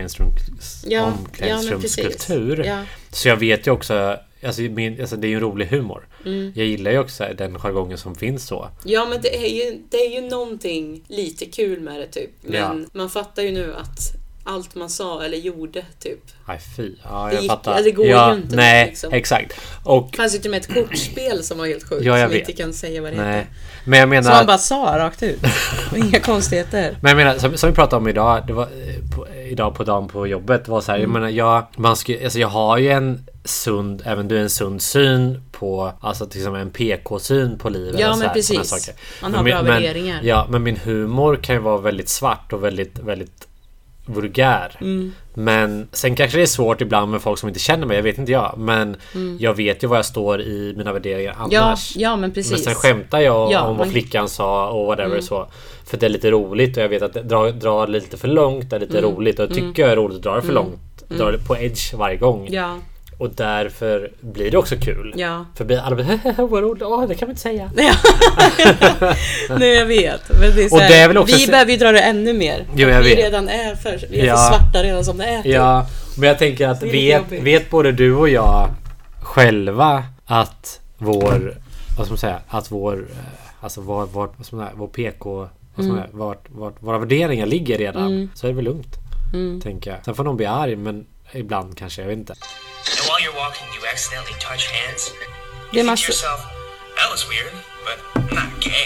omklädningsrumskultur. Ja. Så jag vet ju också, alltså det är ju en rolig humor. Jag gillar ju också den jargongen som finns så.
Ja, men det är ju någonting lite kul med det typ. Men man fattar ju nu att allt man sa eller gjorde typ.
Nej, fy. Ja, jag fattar.
Alltså, det går ju inte.
Nej,
liksom.
Exakt. Och
det fanns ju till med ett kortspel som var helt sjukt.
Ja,
som inte kan säga vad det heter.
Men jag menar...
Så man bara sa rakt ut. Inga konstigheter.
Men jag menar, som vi pratade om idag, det var idag på dagen på jobbet, var så här, jag menar, jag har ju en sund, även du är en sund syn på, alltså till exempel en PK-syn på livet.
Ja,
och så
men
här,
precis. Man har bra värderingar.
Ja, men min humor kan ju vara väldigt svart och väldigt, väldigt vulgär. Men sen kanske det är svårt ibland med folk som inte känner mig, jag vet inte men jag vet ju vad jag står i mina värderingar annars.
Ja, men precis.
Men sen skämtar jag om vad flickan sa och whatever så. För det är lite roligt och jag vet att dra lite för långt är lite roligt och tycker jag är roligt att dra det för långt. Dra det på edge varje gång. Ja. Och därför blir det också kul. Ja. För alla blir vad roligt. Det kan man inte säga. Nej, jag vet. Men det är så här, och det är väl också vi behöver ju dra det ännu mer. Jo, jag vet. Vi redan är för svarta redan som det är. Ja, men jag tänker att vet både du och jag själva att vår vår PK våra värderingar ligger redan. Så är det väl lugnt. Tänker jag. Sen får någon bli arg, men ibland kanske, jag vet inte.
And while you're walking, you accidentally touch hands.
You think to
yourself, that was weird, but I'm not gay.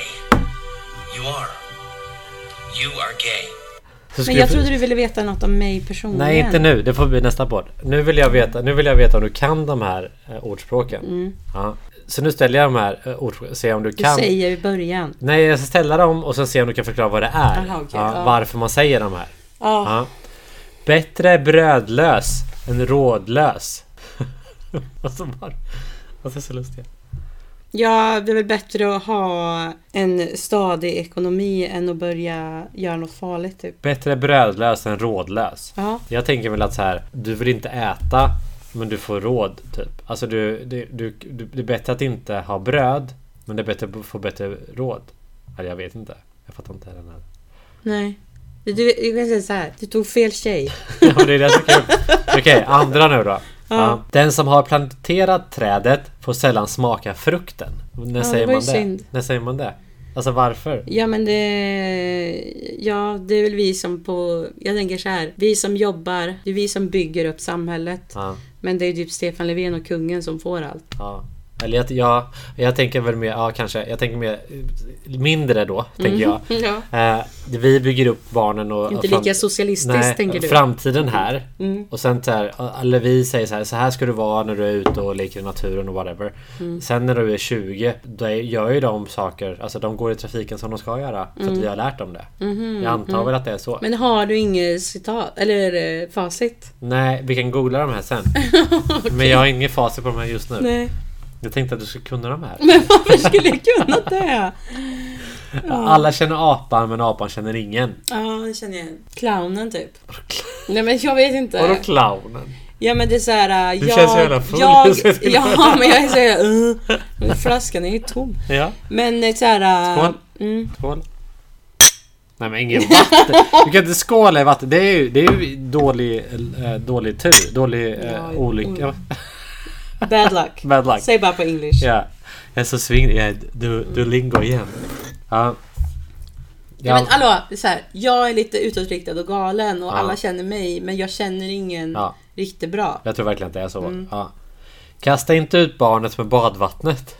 You are gay.
Men jag trodde du ville veta något om mig personligen.
Nej, inte nu. Det får bli nästa podd. Nu vill jag veta om du kan de här ordspråken. Ja. Så nu ställer jag de här ordspråken. Se om du kan.
Du säger i början.
Nej, jag ska ställa dem och sen se om du kan förklara vad det är. Aha, okay. Varför man säger de här. Ja. Bättre brödlös än rådlös. Alltså är så lustigt.
Ja, det är väl bättre att ha en stadig ekonomi än att börja göra något farligt typ.
Bättre brödlös än rådlös. Ja. Jag tänker väl att så här, du vill inte äta men du får råd typ. Alltså det är bättre att inte ha bröd, men det är bättre att få bättre råd. Eller jag vet inte. Jag fattar inte den här.
Nej. Du kan säga så här, du tog fel tjej.
Ja, det är det som är kul. Okej, andra nu då. Ja. Den som har planterat trädet får sällan smaka frukten. När säger man det? Synd. När säger man det? Alltså varför?
Ja, men det är väl vi som jag tänker så här, vi som jobbar, det är vi som bygger upp samhället. Ja. Men det är ju typ Stefan Löfven och kungen som får allt.
Ja. Eller jag tänker väl mer, kanske jag tänker mer mindre då, tänker jag. Ja. Vi bygger upp barnen och
inte lika socialistiskt, tänker du.
Framtiden här. Och sen så här, eller vi säger så här ska du vara när du är ute och leker i naturen och whatever. Sen när du är 20, då gör ju de saker, alltså de går i trafiken som de ska göra för att vi har lärt dem det. Jag antar väl att det är så.
Men har du inget citat eller facit?
Nej, vi kan googla de här sen. Okay. Men jag har ingen facit på de här just nu. Nej. Jag tänkte att du skulle kunna de här.
Men varför skulle jag kunna det?
Ja. Alla känner apan, men apan känner ingen.
Ja, det känner jag. Clownen typ. Nej, men jag vet inte.
Vadå clownen?
Ja, men det är så här.
Du känns så jävla full.
Ja, men jag är så här. Flaskan är ju tom.
Ja.
Men det är så här.
Skål. Skål. Nej, men ingen vatten. Du kan inte skåla i vatten. Det är ju dålig tur. Dålig olycka.
Bad luck.
Bad luck.
Säg bara på English.
Ja. Jag är så du lingo igen. Ja.
Ja, men hallå, det är så här, jag är lite utåtriktad och galen och alla känner mig, men jag känner ingen riktigt bra.
Jag tror verkligen att det är så. Ja. Kasta inte ut barnet med badvattnet.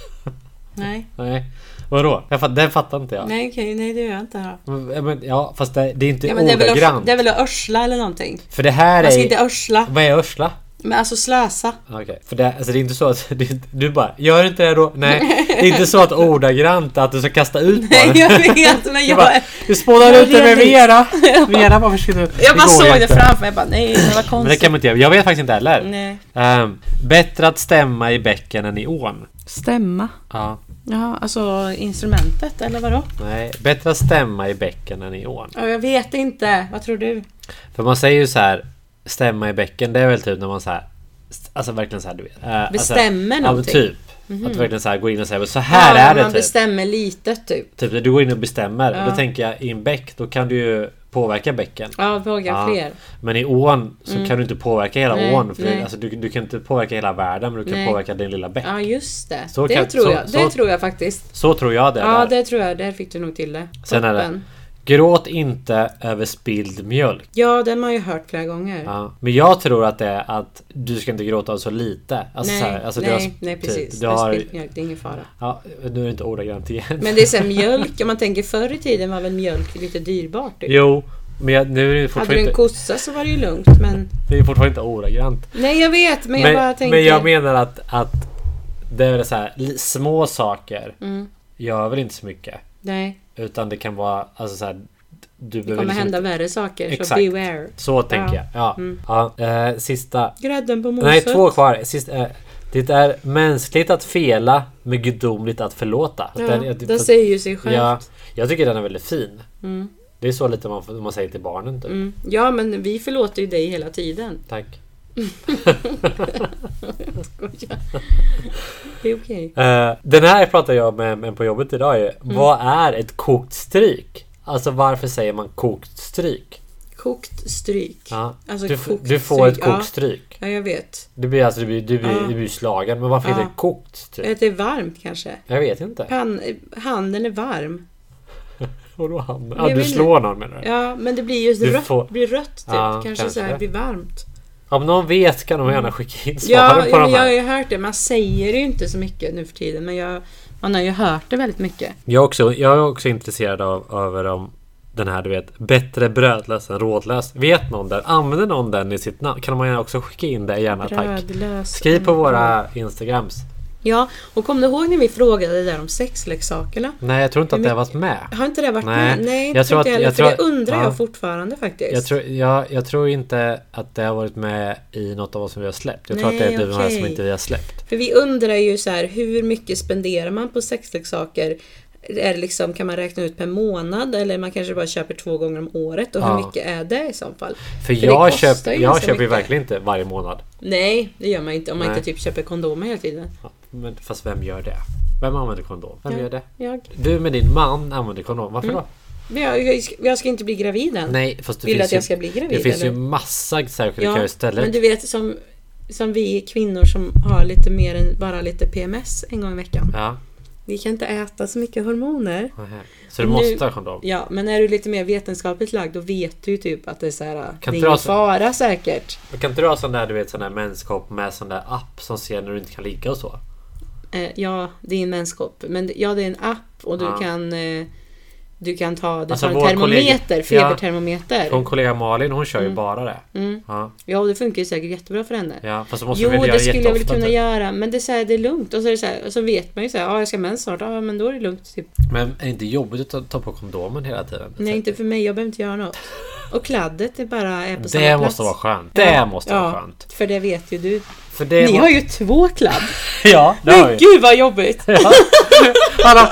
Nej.
Vadå? Den fattar inte jag.
Nej, okej, nej, det gör jag inte här.
Men, fast det är inte
ordagrant. Det är väl att örsla eller någonting.
För det här
man ska inte örsla.
Vad är örsla?
Men alltså slösa.
Okej. För det är inte så att du bara, gör inte det då. Nej, det är inte så att ordagrant att du ska kasta ut bara.
Nej, jag vet, men
du spånar ut det med Vera, varför ska du?
Jag bara såg det framför mig, jag bara, nej, det var konstigt.
Men det kan man inte göra. Jag vet faktiskt inte heller.
Nej.
Bättre att stämma i bäcken än i ån.
Stämma?
Ja.
Jaha, alltså instrumentet, eller vadå?
Nej, bättre att stämma i bäcken än i ån.
Ja, jag vet inte. Vad tror du?
För man säger ju så här, stämma i bäcken, det är väl typ när man så här, alltså verkligen så här, du vet,
bestämmer någonting.
Typ. Att du verkligen så här går in och säger så här är det
man
typ.
Bestämmer lite typ.
Typ du går in och bestämmer. Då tänker jag i en bäck, då kan du ju påverka bäcken.
Ja, påverka fler.
Men i ån så kan du inte påverka hela ån. För alltså, du kan inte påverka hela världen, men du kan påverka din lilla bäck.
Ja, just det.
Det
tror jag faktiskt.
Så tror jag det.
Ja, det tror jag. Där fick du nog till det.
Sen är det, gråt inte över spilld mjölk.
Ja, den har man ju hört flera gånger.
Ja. Men jag tror att det är att du ska inte gråta av så lite. Alltså,
nej,
så här, alltså
nej, precis.
Typ, du har
spilld mjölk, det är ingen fara.
Ja, nu är det inte ordagrant igen.
Men det är så här, mjölk, om man tänker förr i tiden var väl mjölk lite dyrbart. Typ.
Jo, men nu är det fortfarande.
Hade du en kossa så var det ju lugnt, men
det är fortfarande inte ordagrant.
Nej, jag vet, men jag bara tänker.
Men jag menar att det är så här, små saker gör väl inte så mycket.
Nej.
Utan det kan vara alltså så här,
det kommer hända värre saker.
Exakt.
Så beware.
Så tänker jag. Ja. Sista.
Grädden på moset.
Nej, 2 kvar. Det är mänskligt att fela, men gudomligt att förlåta.
Ja, det säger ju sig själv.
Ja, jag tycker den är väldigt fin. Det är så lite man säger till barnen typ.
Ja, men vi förlåter ju dig hela tiden.
Tack.
Jag skojar. Det är okej.
Den här pratar jag med på jobbet idag. Vad är ett kokt stryk? Alltså varför säger man kokt stryk?
Kokt stryk.
Ja.
Alltså,
du får ett kokt stryk.
Ja, jag vet.
Du blir slagen. Men varför är det kokt stryk?
Det är varmt kanske.
Jag vet inte.
Handen är varm.
Vadå handen? Ja, du slår någon menar du?
Ja, men det blir ju rött typ.
Ja,
kanske så här blir varmt.
Om någon vet kan de gärna skicka in svaren på de här.
Jag har ju hört det. Man säger det ju inte så mycket nu för tiden. Men man har ju hört det väldigt mycket.
Jag är också intresserad av den här, du vet, bättre brödlös än rådlös. Vet någon där? Använder någon den i sitt namn? Kan man gärna också skicka in det? Gärna, tack. Skriv på våra Instagrams.
Ja, och kom du ihåg när vi frågade där om sexleksakerna?
Nej, jag tror inte att det har varit med.
Har inte det varit med? Nej, det undrar jag fortfarande faktiskt.
Jag tror inte att det har varit med i något av oss som vi har släppt. Jag tror att det är de här som inte vi har släppt.
För vi undrar ju så här, hur mycket spenderar man på sexleksaker? Är det liksom, kan man räkna ut per månad eller man kanske bara köper 2 gånger om året och hur mycket är det i så fall?
För jag köper ju verkligen inte varje månad.
Nej, det gör man inte om man inte typ köper kondomer hela tiden.
Ja, men fast vem gör det? Vem använder kondom? Vem gör det?
Jag.
Du med din man använder kondom. Varför då?
Jag ska inte bli gravid än.
Nej, fast
vill att jag ska bli gravid.
Det finns ju massa särskilda istället.
Men du vet som vi kvinnor som har lite mer än bara lite PMS en gång i veckan.
Ja.
Vi kan inte äta så mycket hormoner.
Så du måste ha kondom?
Ja, men är du lite mer vetenskapligt lagd då vet du ju typ att det är så här, det är ingen fara säkert.
Kan inte du ha sån där menskopp med sån där app som ser när du inte kan ligga och så?
Ja, det är en menskopp. Men ja, det är en app och du kan ta en termometer, febertermometer.
Från kollega Malin, hon kör ju bara det.
Ja, och det funkar ju säkert jättebra för henne.
Ja, fast så måste
det skulle jag väl kunna göra, men det är så här, det är lugnt och så är det så här, och så vet man ju så här, jag ska mens snart, men då är det lugnt typ.
Men är det inte jobbigt att ta på kondomen hela tiden?
Nej, inte för mig, jag behöver inte göra något. Och kladdet är bara på samma plats.
Det måste vara skönt. Det måste vara skönt.
För det vet ju du.
För det
Ni har ju 2 kladd.
Ja, det har vi.
Gud vad jobbigt.
Ja. Anna,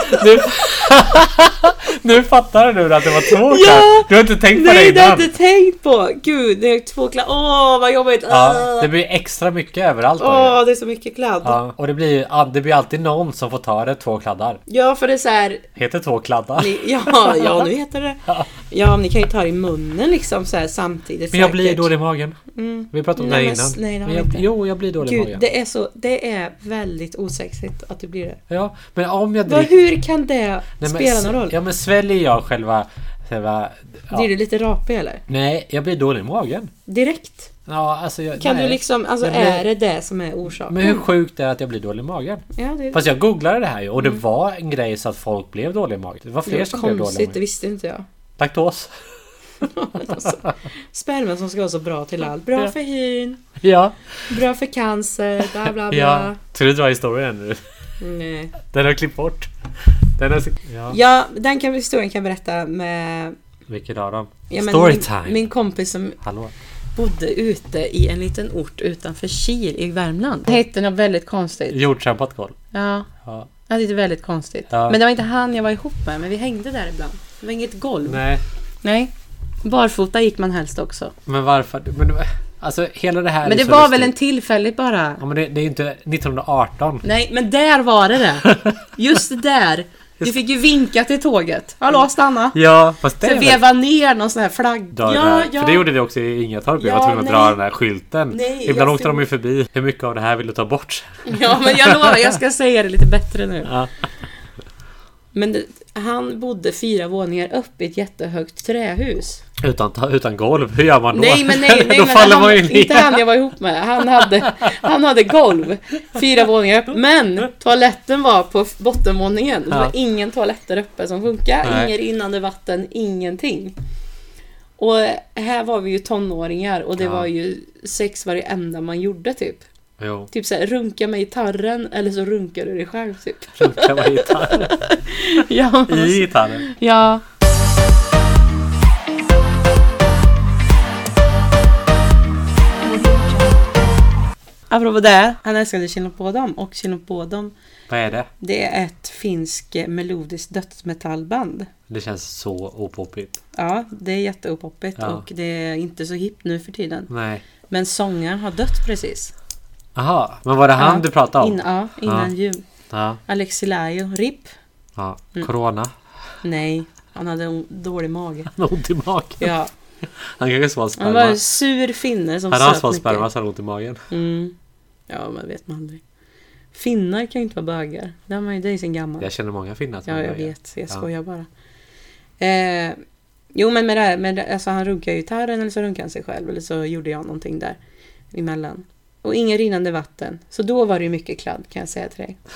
nu fattar du att det var 2 kladd. Ja, du har inte tänkt på det innan.
Nej, det har jag inte tänkt på. Gud, det är 2 kladd. Åh, vad jobbigt.
Ja, det blir extra mycket överallt.
Åh, det är så mycket kladd.
Ja, och det blir alltid någon som får ta det 2 kladdar.
Ja, för det är så här...
Heter 2 kladdar?
Ja, nu heter det. Ja, ni kan ju ta det i munnen liksom så här samtidigt.
Men jag blir dålig i magen. Vi pratade om det innan.
Nej,
jag blir dålig i magen.
Det är väldigt osexigt att det blir det.
Ja, men om jag
hur kan det spela någon roll?
Ja, men sväljer jag själva
Blir du lite rapig eller?
Nej, jag blir dålig i magen.
Direkt?
Ja, alltså
kan du liksom, alltså är det som är orsaken?
Men hur sjukt är det att jag blir dålig i magen?
Ja,
fast jag googlade det här ju, och det var en grej så att folk blev dålig i magen. Det var fler som blev dåliga i magen.
Det visste inte jag.
Laktos.
Sperma som ska vara så bra till allt. Bra för hyn.
Ja.
Bra för cancer. Bla bla bla.
Ja. Ska du dra historien nu?
Nej.
Den har klippt bort.
Ja, den historien kan jag berätta med...
Vilken av dem?
Ja,
Storytime.
Min kompis som bodde ute i en liten ort utanför Kil i Värmland. Det hette något väldigt konstigt.
Jordtrampat golv.
Ja. Det är väldigt konstigt. Ja. Men det var inte han jag var ihop med, men vi hängde där ibland. Det var inget golv. Nej. Barfota gick man helst också.
Men varför? Alltså hela det här.
Men det var väl en tillfälligt bara.
Ja, men det är inte 1918.
Nej, men där var det. Just där. Du fick ju vinka till tåget. Hallå, stanna.
Ja, fast det
så veva ner någon sån här flagg. Ja.
För det gjorde vi också i Ingatorp. Jag var tvungen att dra den där skylten. Ibland åkte de ju förbi. Hur mycket av det här vill du ta bort?
Ja, men jag lovar, jag ska säga det lite bättre nu. Ja. Men han bodde 4 våningar upp i ett jättehögt trähus.
Utan golv, hur gör man då?
Nej,
då faller man in.
Inte han jag var ihop med. Han hade golv 4 våningar upp. Men toaletten var på bottenvåningen. Det var ingen toalett där uppe som funkar. Ingen rinnande vatten, ingenting. Och här var vi ju tonåringar. Och det var ju sex var det enda man gjorde typ.
Jo.
Typ såhär, runka med gitarren eller så runkar du dig själv typ.
Runka med gitarren?
Ja.
I gitarren?
Ja. Apropå det, han älskade Kinnopådom och Kinnopådom.
Vad är det?
Det är ett finsk melodiskt dödsmetallband.
Det känns så opoppigt.
Ja, det är jätteopoppigt och det är inte så hippt nu för tiden.
Nej.
Men sångaren har dött precis.
Aha, men var det han du pratade om?
Innan jul.
Ja.
Alexi Lajo, RIP.
Ja, corona.
Nej, han hade dålig mage.
Han ont i magen?
Ja.
Han kanske svall sperma.
Han var en sur finne som söp mycket.
Han har svall sperma så han ont i magen.
Ja, men vet man aldrig. Finnar kan ju inte vara bögar. Det är sin gammal.
Jag känner många finnar som
jag vet. Jag skojar bara. Jo, men med det här, alltså han runkade gitarren eller så runkade han sig själv. Eller så gjorde jag någonting där emellan. Och ingen rinnande vatten. Så då var det ju mycket kladd, kan jag säga till dig.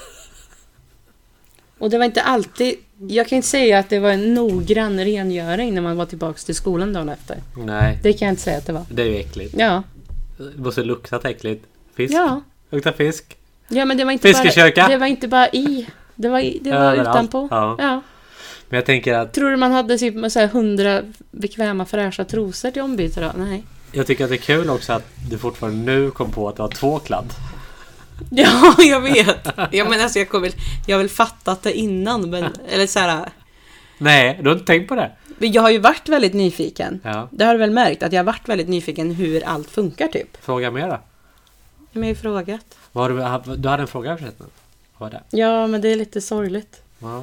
Och det var inte alltid... Jag kan inte säga att det var en noggrann rengöring när man var tillbaka till skolan dagen efter.
Nej.
Det kan jag inte säga att det var.
Det är ju äckligt.
Ja.
Det måste lukta äckligt. Fisk.
Ja.
Lukta fisk.
Ja, men det var inte
Fiskekörka.
bara... Det var inte bara i. Det var utanpå.
Ja. Men jag tänker att...
Tror du man hade typ så här 100 bekväma fräscha trosor till ombyte då? Nej.
Jag tycker att det är kul också att du fortfarande nu kom på att det var 2 kladd.
Ja, jag vet. Ja, men alltså jag har väl fattat det innan, men eller så här.
Nej, du har inte tänkt på det.
Jag har ju varit väldigt nyfiken.
Ja.
Det har du väl märkt att jag har varit väldigt nyfiken hur allt funkar typ.
Fråga mer då.
Jag har ju frågat.
Du hade en fråga förresten. Vad var det?
Ja, men det är lite sorgligt.
Ja.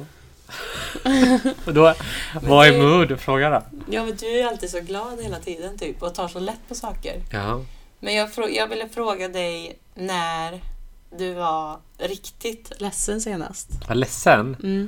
Vad är mood? Fråga då.
Ja, men du är alltid så glad hela tiden typ och tar så lätt på saker.
Ja.
Men jag ville fråga dig när du var riktigt ledsen senast.
Var ledsen?
Mm.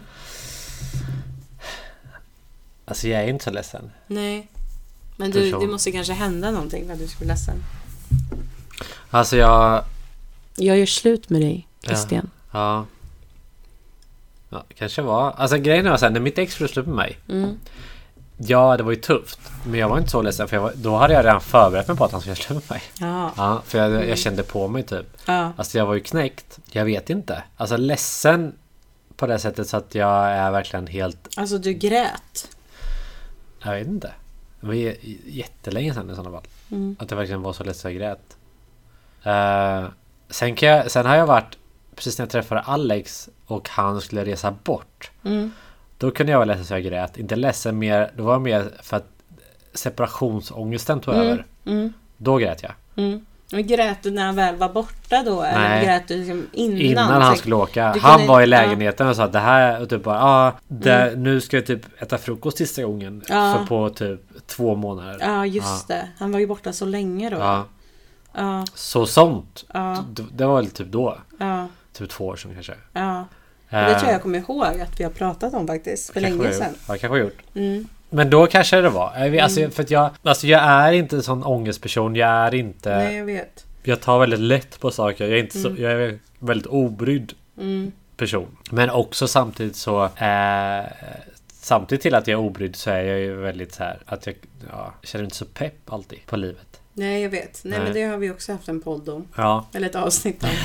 Alltså jag är inte så ledsen.
Nej. Men det måste kanske hända någonting när du skulle bli ledsen.
Alltså jag
gör slut med dig, Christian.
Ja, kanske var. Alltså grejen var så här, när mitt ex skulle sluta med mig. Ja, det var ju tufft. Men jag var inte så ledsen för då hade jag redan förberett mig på att han skulle sluta med mig. Ja, för jag kände på mig typ. Ja. Alltså jag var ju knäckt. Jag vet inte. Alltså ledsen på det sättet så att jag är verkligen helt...
Alltså du grät?
Jag vet inte. Det var jättelänge sedan i sådana fall. Att jag verkligen var så ledsen jag grät. Sen har jag varit, precis när jag träffade Alex och han skulle resa bort. Då kunde jag vara ledsen så jag grät. Inte ledsen mer, det var mer för att separationsångesten tog över. Då grät jag.
Men grät du när han väl var borta då?
Nej.
Eller grät du liksom
innan han skulle åka? Han var i lägenheten och sa att det här, och typ bara, nu ska jag typ äta frukost sista gången för på typ 2 månader.
Ja, just det. Han var ju borta så länge då.
Så sånt. Det var väl typ då. Typ 2 år sedan kanske.
Det tror jag kommer ihåg att vi har pratat om faktiskt för länge sedan.
Ja, kanske gjort. Men då kanske det var. Alltså, för att jag är inte en sån ångestperson. Jag är inte...
Nej, jag vet.
Jag tar väldigt lätt på saker. Jag är inte så, jag är väldigt obrydd person. Men också samtidigt så... samtidigt till att jag är obrydd så är jag ju väldigt så här... Att jag känner inte så pepp alltid på livet.
Nej, jag vet. Nej, men det har vi också haft en podd om. Eller ett avsnitt om.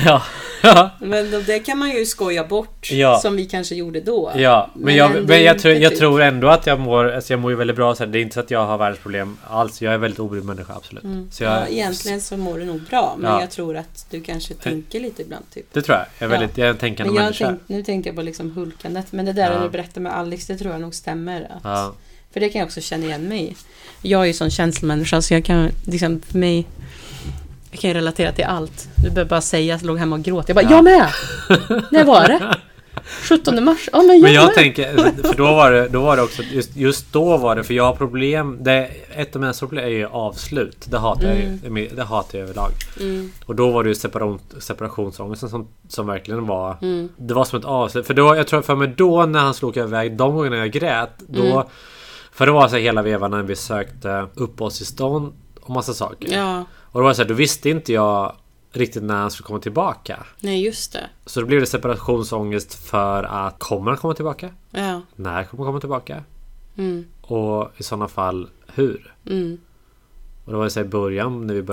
Men det kan man ju skoja bort. Som vi kanske gjorde då.
Men jag tror ändå att jag mår ju väldigt bra. Så det är inte så att jag har världsproblem alls. Jag är väldigt obrydd människa, absolut. Så
egentligen så mår du nog bra. Men jag tror att du kanske tänker lite ibland. Typ.
Det tror jag. Jag är en tänkande människa.
Nu tänker jag på liksom hulkandet. Men det där du berättar med Alex, det tror jag nog stämmer. För det kan jag också känna igen mig i. Jag är ju sån känslomänniska så jag kan liksom för mig jag kan relatera till allt. Du behöver bara säga att jag låg hemma och gråt. Jag bara, jag med! När var det? 17 mars? Men
jag tänker, för då var det också just då var det, för jag har problem, ett av mina problem är ju avslut. Det hatar jag överlag. Och då var det ju separationsångesten som verkligen var det var som ett avslut. För då, jag tror för mig då när han slog iväg, de gångerna jag grät då, för det var så här hela vevan när vi sökte uppehållstillstånd och massa saker. Och det var så här, då visste inte jag riktigt när han skulle komma tillbaka.
Nej, just det.
Så då blev det separationsångest för att kommer han komma tillbaka? När kommer han komma tillbaka? Och i sådana fall, hur? Och det var så här i början när vi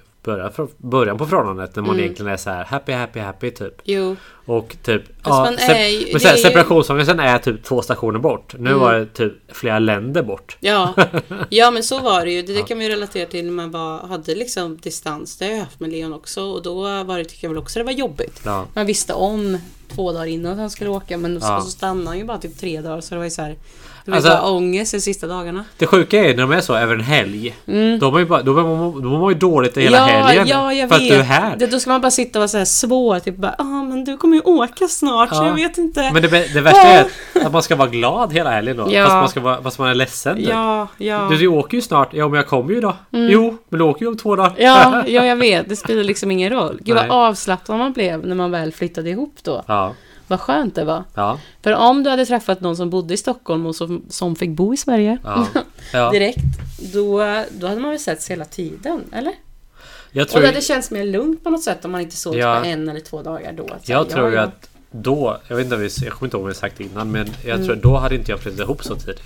början på förhållandet när man egentligen är så här happy typ.
Jo.
Och typ separationsångesten är typ 2 stationer bort. Nu var det typ flera länder bort.
Ja, men så var det ju. Det kan man ju relatera till när man hade liksom distans. Det har jag haft med Leon också. Och då var det, tycker jag väl också det var jobbigt. Man visste om 2 dagar innan att han skulle åka. Men så stannade han ju bara typ 3 dagar. Så det var ju så här... Det var bara ångest de sista dagarna.
Det sjuka är när de är så över en helg. Då mår man ju dåligt hela helgen.
Ja, jag
för
vet.
Att du är här.
Då ska man bara sitta och vara så här svår. Typ bara, men du kommer ju åka snart. Så jag vet inte.
Men det värsta är att man ska vara glad hela helgen då. Fast man är ledsen. Du åker ju snart. Ja, men jag kommer ju då. Jo, men du åker ju om 2 dagar.
Ja, jag vet. Det spelar liksom ingen roll. Gud vad avslappnad man blev när man väl flyttade ihop då. Vad skönt det var. För om du hade träffat någon som bodde i Stockholm och som fick bo i Sverige direkt, då hade man väl sett hela tiden, eller? Och det hade känts mer lugnt på något sätt om man inte såg på 1 eller 2 dagar då.
Jag tror ju att då, jag kommer inte ihåg vad jag sagt innan, men jag tror då hade inte jag flyttat ihop så tidigt.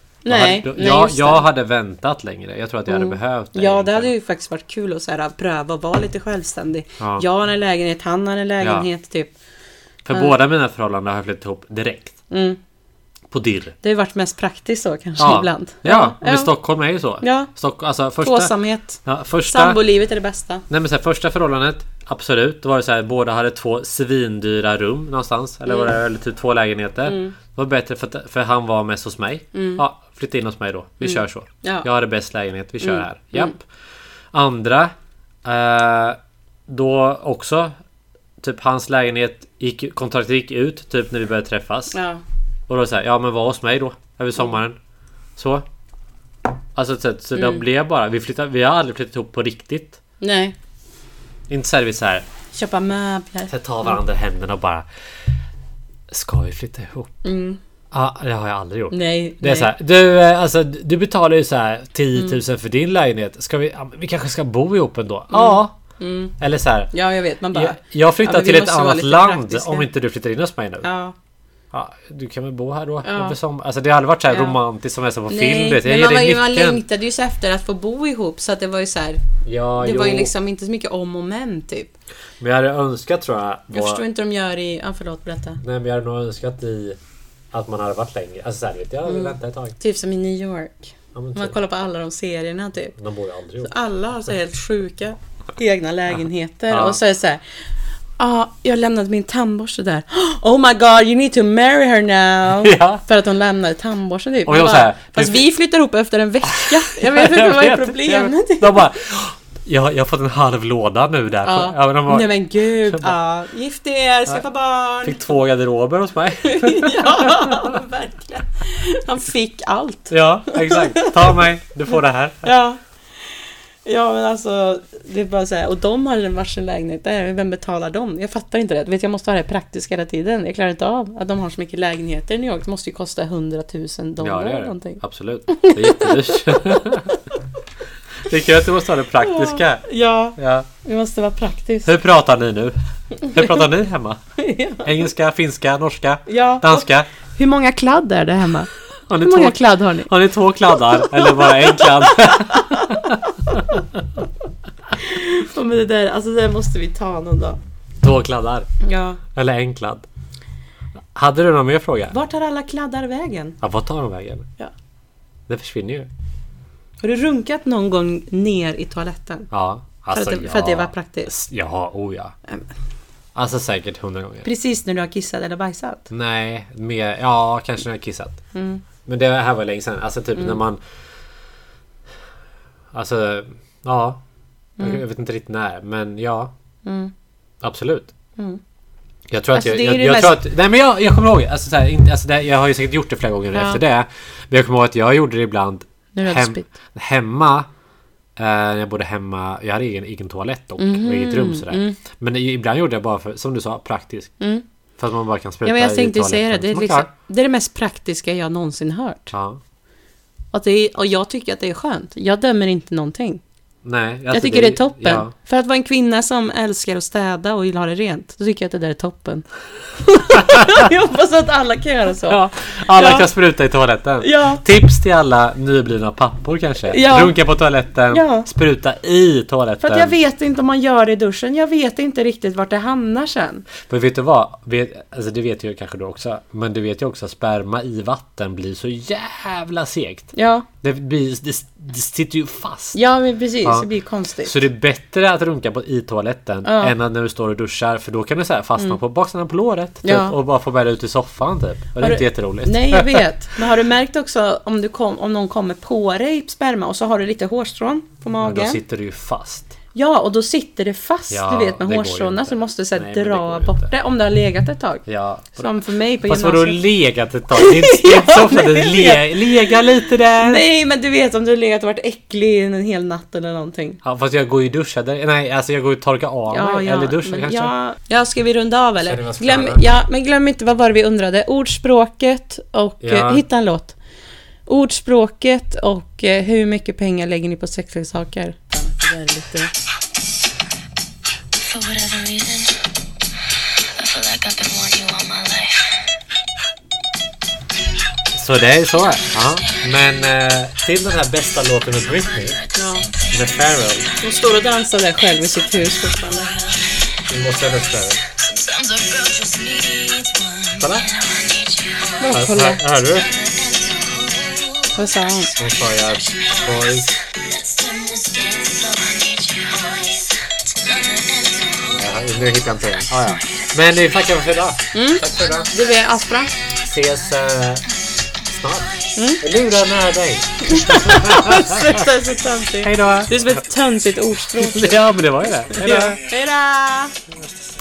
Jag hade väntat längre. Jag tror att jag hade behövt det.
Ja, det hade ju faktiskt varit kul att så här, pröva och vara lite självständig. Jag har en lägenhet, han har en lägenhet typ.
För båda mina förhållanden har jag flyttat ihop direkt. På dirr.
Det har varit mest praktiskt så kanske ibland.
Men Stockholm är ju så. Alltså,
tvåsamhet. Sambolivet är det bästa.
Nej, men så här, första förhållandet, absolut. Då var det så här, båda hade 2 svindyra rum någonstans. Eller var det eller typ 2 lägenheter. Det var bättre för han var mest hos mig. Flytta in hos mig då. Vi kör så. Jag hade bäst lägenhet, vi kör här. Japp. Andra, då också... Typ hans lägenhet kontraktet gick ut typ när vi började träffas. Och då så här, men var hos mig då över sommaren. Så. Alltså så det blev bara vi har aldrig flyttat ihop på riktigt.
Nej.
Inte så här
köpa möbler.
Så ta varandra i händerna och bara ska vi flytta ihop? Det har jag aldrig gjort.
Nej.
Det är så här, du betalar ju så här 10 000 för din lägenhet. Ska vi kanske ska bo ihop ändå? Eller så här.
Ja, jag vet, man bara.
Jag flyttar till ett annat land om inte du flyttar in hos mig nu. Du kan väl bo här då. Alltså det har aldrig varit så här romantiskt som är så på film.
Men man längtade ju så efter att få bo ihop. Så att det var ju så här. Det var ju liksom inte så mycket om och men typ.
Men jag hade önskat, tror jag.
Jag förstår inte de gör i... förlåt, berätta.
Nej, men jag hade nog önskat i att man hade varit längre. Alltså så här, vet jag vänta ett tag.
Typ som i New York. Man kollar på alla de serierna typ.
De bor ju aldrig ihop.
Alla har så helt sjuka egna lägenheter. Och så är det så här: jag lämnade min tandborste där. Oh my god, you need to marry her now. För att hon lämnade tandborsten typ.
Och jag bara,
fast vi flyttar ihop efter en vecka. Jag vet inte vad är problemet.
De bara, jag har fått en halv låda nu där.
Nej men gud. Gift er, skaffa barn.
Fick 2 garderober hos mig.
Ja, verkligen. Han fick allt.
Ja, exakt. Ta mig, du får det här.
Ja, men alltså det är bara så här, och de har en varsin lägenhet där, vem betalar dem? Jag fattar inte det. Jag måste ha det praktiskt hela tiden. Jag klarar inte av att de har så mycket lägenheter i New York. Det måste ju kosta $100,000 eller någonting.
Absolut. Det är jättedyrt. Det är kul att du måste ha det praktiska.
Ja. Vi måste vara praktiskt.
Hur pratar ni nu? Hur pratar ni hemma? Engelska, finska, norska, danska?
Hur många kladd är det hemma? Hur många kladd har ni?
Har ni 2 kladdar eller bara en kladd?
Men det där, alltså det måste vi ta någon dag.
2 kladdar?
Ja.
Eller en kladd? Hade du någon mer fråga?
Vart tar alla kladdar vägen?
Ja, vart tar de vägen?
Ja.
Det försvinner ju.
Har du runkat någon gång ner i toaletten?
Ja. Alltså,
för att det var praktiskt?
Ja, Alltså säkert 100 gånger.
Precis när du har kissat eller bajsat?
Nej, kanske när jag har kissat. Men det här var länge sedan. Alltså typ när man... Alltså, jag vet inte riktigt när. Men absolut. Jag tror att nej men jag kommer ihåg alltså, så här, jag har ju säkert gjort det flera gånger efter det. Men jag kommer ihåg att jag gjorde det ibland hemma. När jag bodde hemma. Jag hade egen toalett och eget rum sådär. Men ibland gjorde jag bara för, som du sa, praktiskt. För att man bara kan spruta
men jag tänkte säga det. Det är det mest praktiska jag någonsin hört.
Ja.
Och jag tycker att det är skönt. Jag dömer inte någonting.
Nej, alltså
jag tycker det är toppen. För att vara en kvinna som älskar att städa och vill ha det rent, då tycker jag att det där är toppen. Jag hoppas att alla kan göra så.
Ja, alla kan spruta i toaletten. Tips till alla nyblivna pappor kanske. Runka på toaletten, spruta i toaletten.
För att jag vet inte om man gör det i duschen. Jag vet inte riktigt vart det hamnar sen.
Men vet du vad? Alltså det vet jag kanske du också. Men du vet ju också att sperma i vatten blir så jävla segt.
Ja.
Det sitter ju fast.
Ja, men precis. Det blir konstigt.
Så det är bättre att runka i toaletten än att när du står och duschar. För då kan du så här fastna på baksidan på låret typ, och bara få bära ut i soffan typ. Och det är inte jätteroligt.
Nej, jag vet. Men har du märkt också om någon kommer på dig sperma och så har du lite hårstrån på magen?
Men då sitter du ju fast.
Ja, och då sitter det fast, du vet, med hårstråna, så du måste så här, dra bort det om det har legat ett tag.
Ja.
Som för mig på
gymnasiet. Fast vadå legat ett tag? Det är inte så ofta det lega lite där.
Nej, men du vet om du har legat och varit äcklig en hel natt eller någonting.
Ja, fast jag går ju duscha där. Nej, alltså jag går och torkar av mig. Eller duscha
men,
kanske.
Ja, ska vi runda av eller? Glöm inte, vad var det vi undrade? Ordspråket och hitta en låt. Ordspråket och hur mycket pengar lägger ni på sexleksaker? Det är lite... For whatever reason, I feel like I've been wanting you all my life.
Så det är så. Ja. Men till den här bästa låten med Britney. Med Pharrell.
Hon står och dansar där själv i sitt hus fortfarande.
Vi måste nästa. Kolla. Hör du?
Vad sa hon?
Hon sa ju att boys... Nu hittar jag inte det. Ja. Men nu tackar vi för idag. Tack för idag.
Det blir asbra.
Ses snart. Lura nära dig.
Det är så töntigt.
Hej då.
Det är som ett töntigt ordspråk.
Ja, men det var ju det.
Hej då.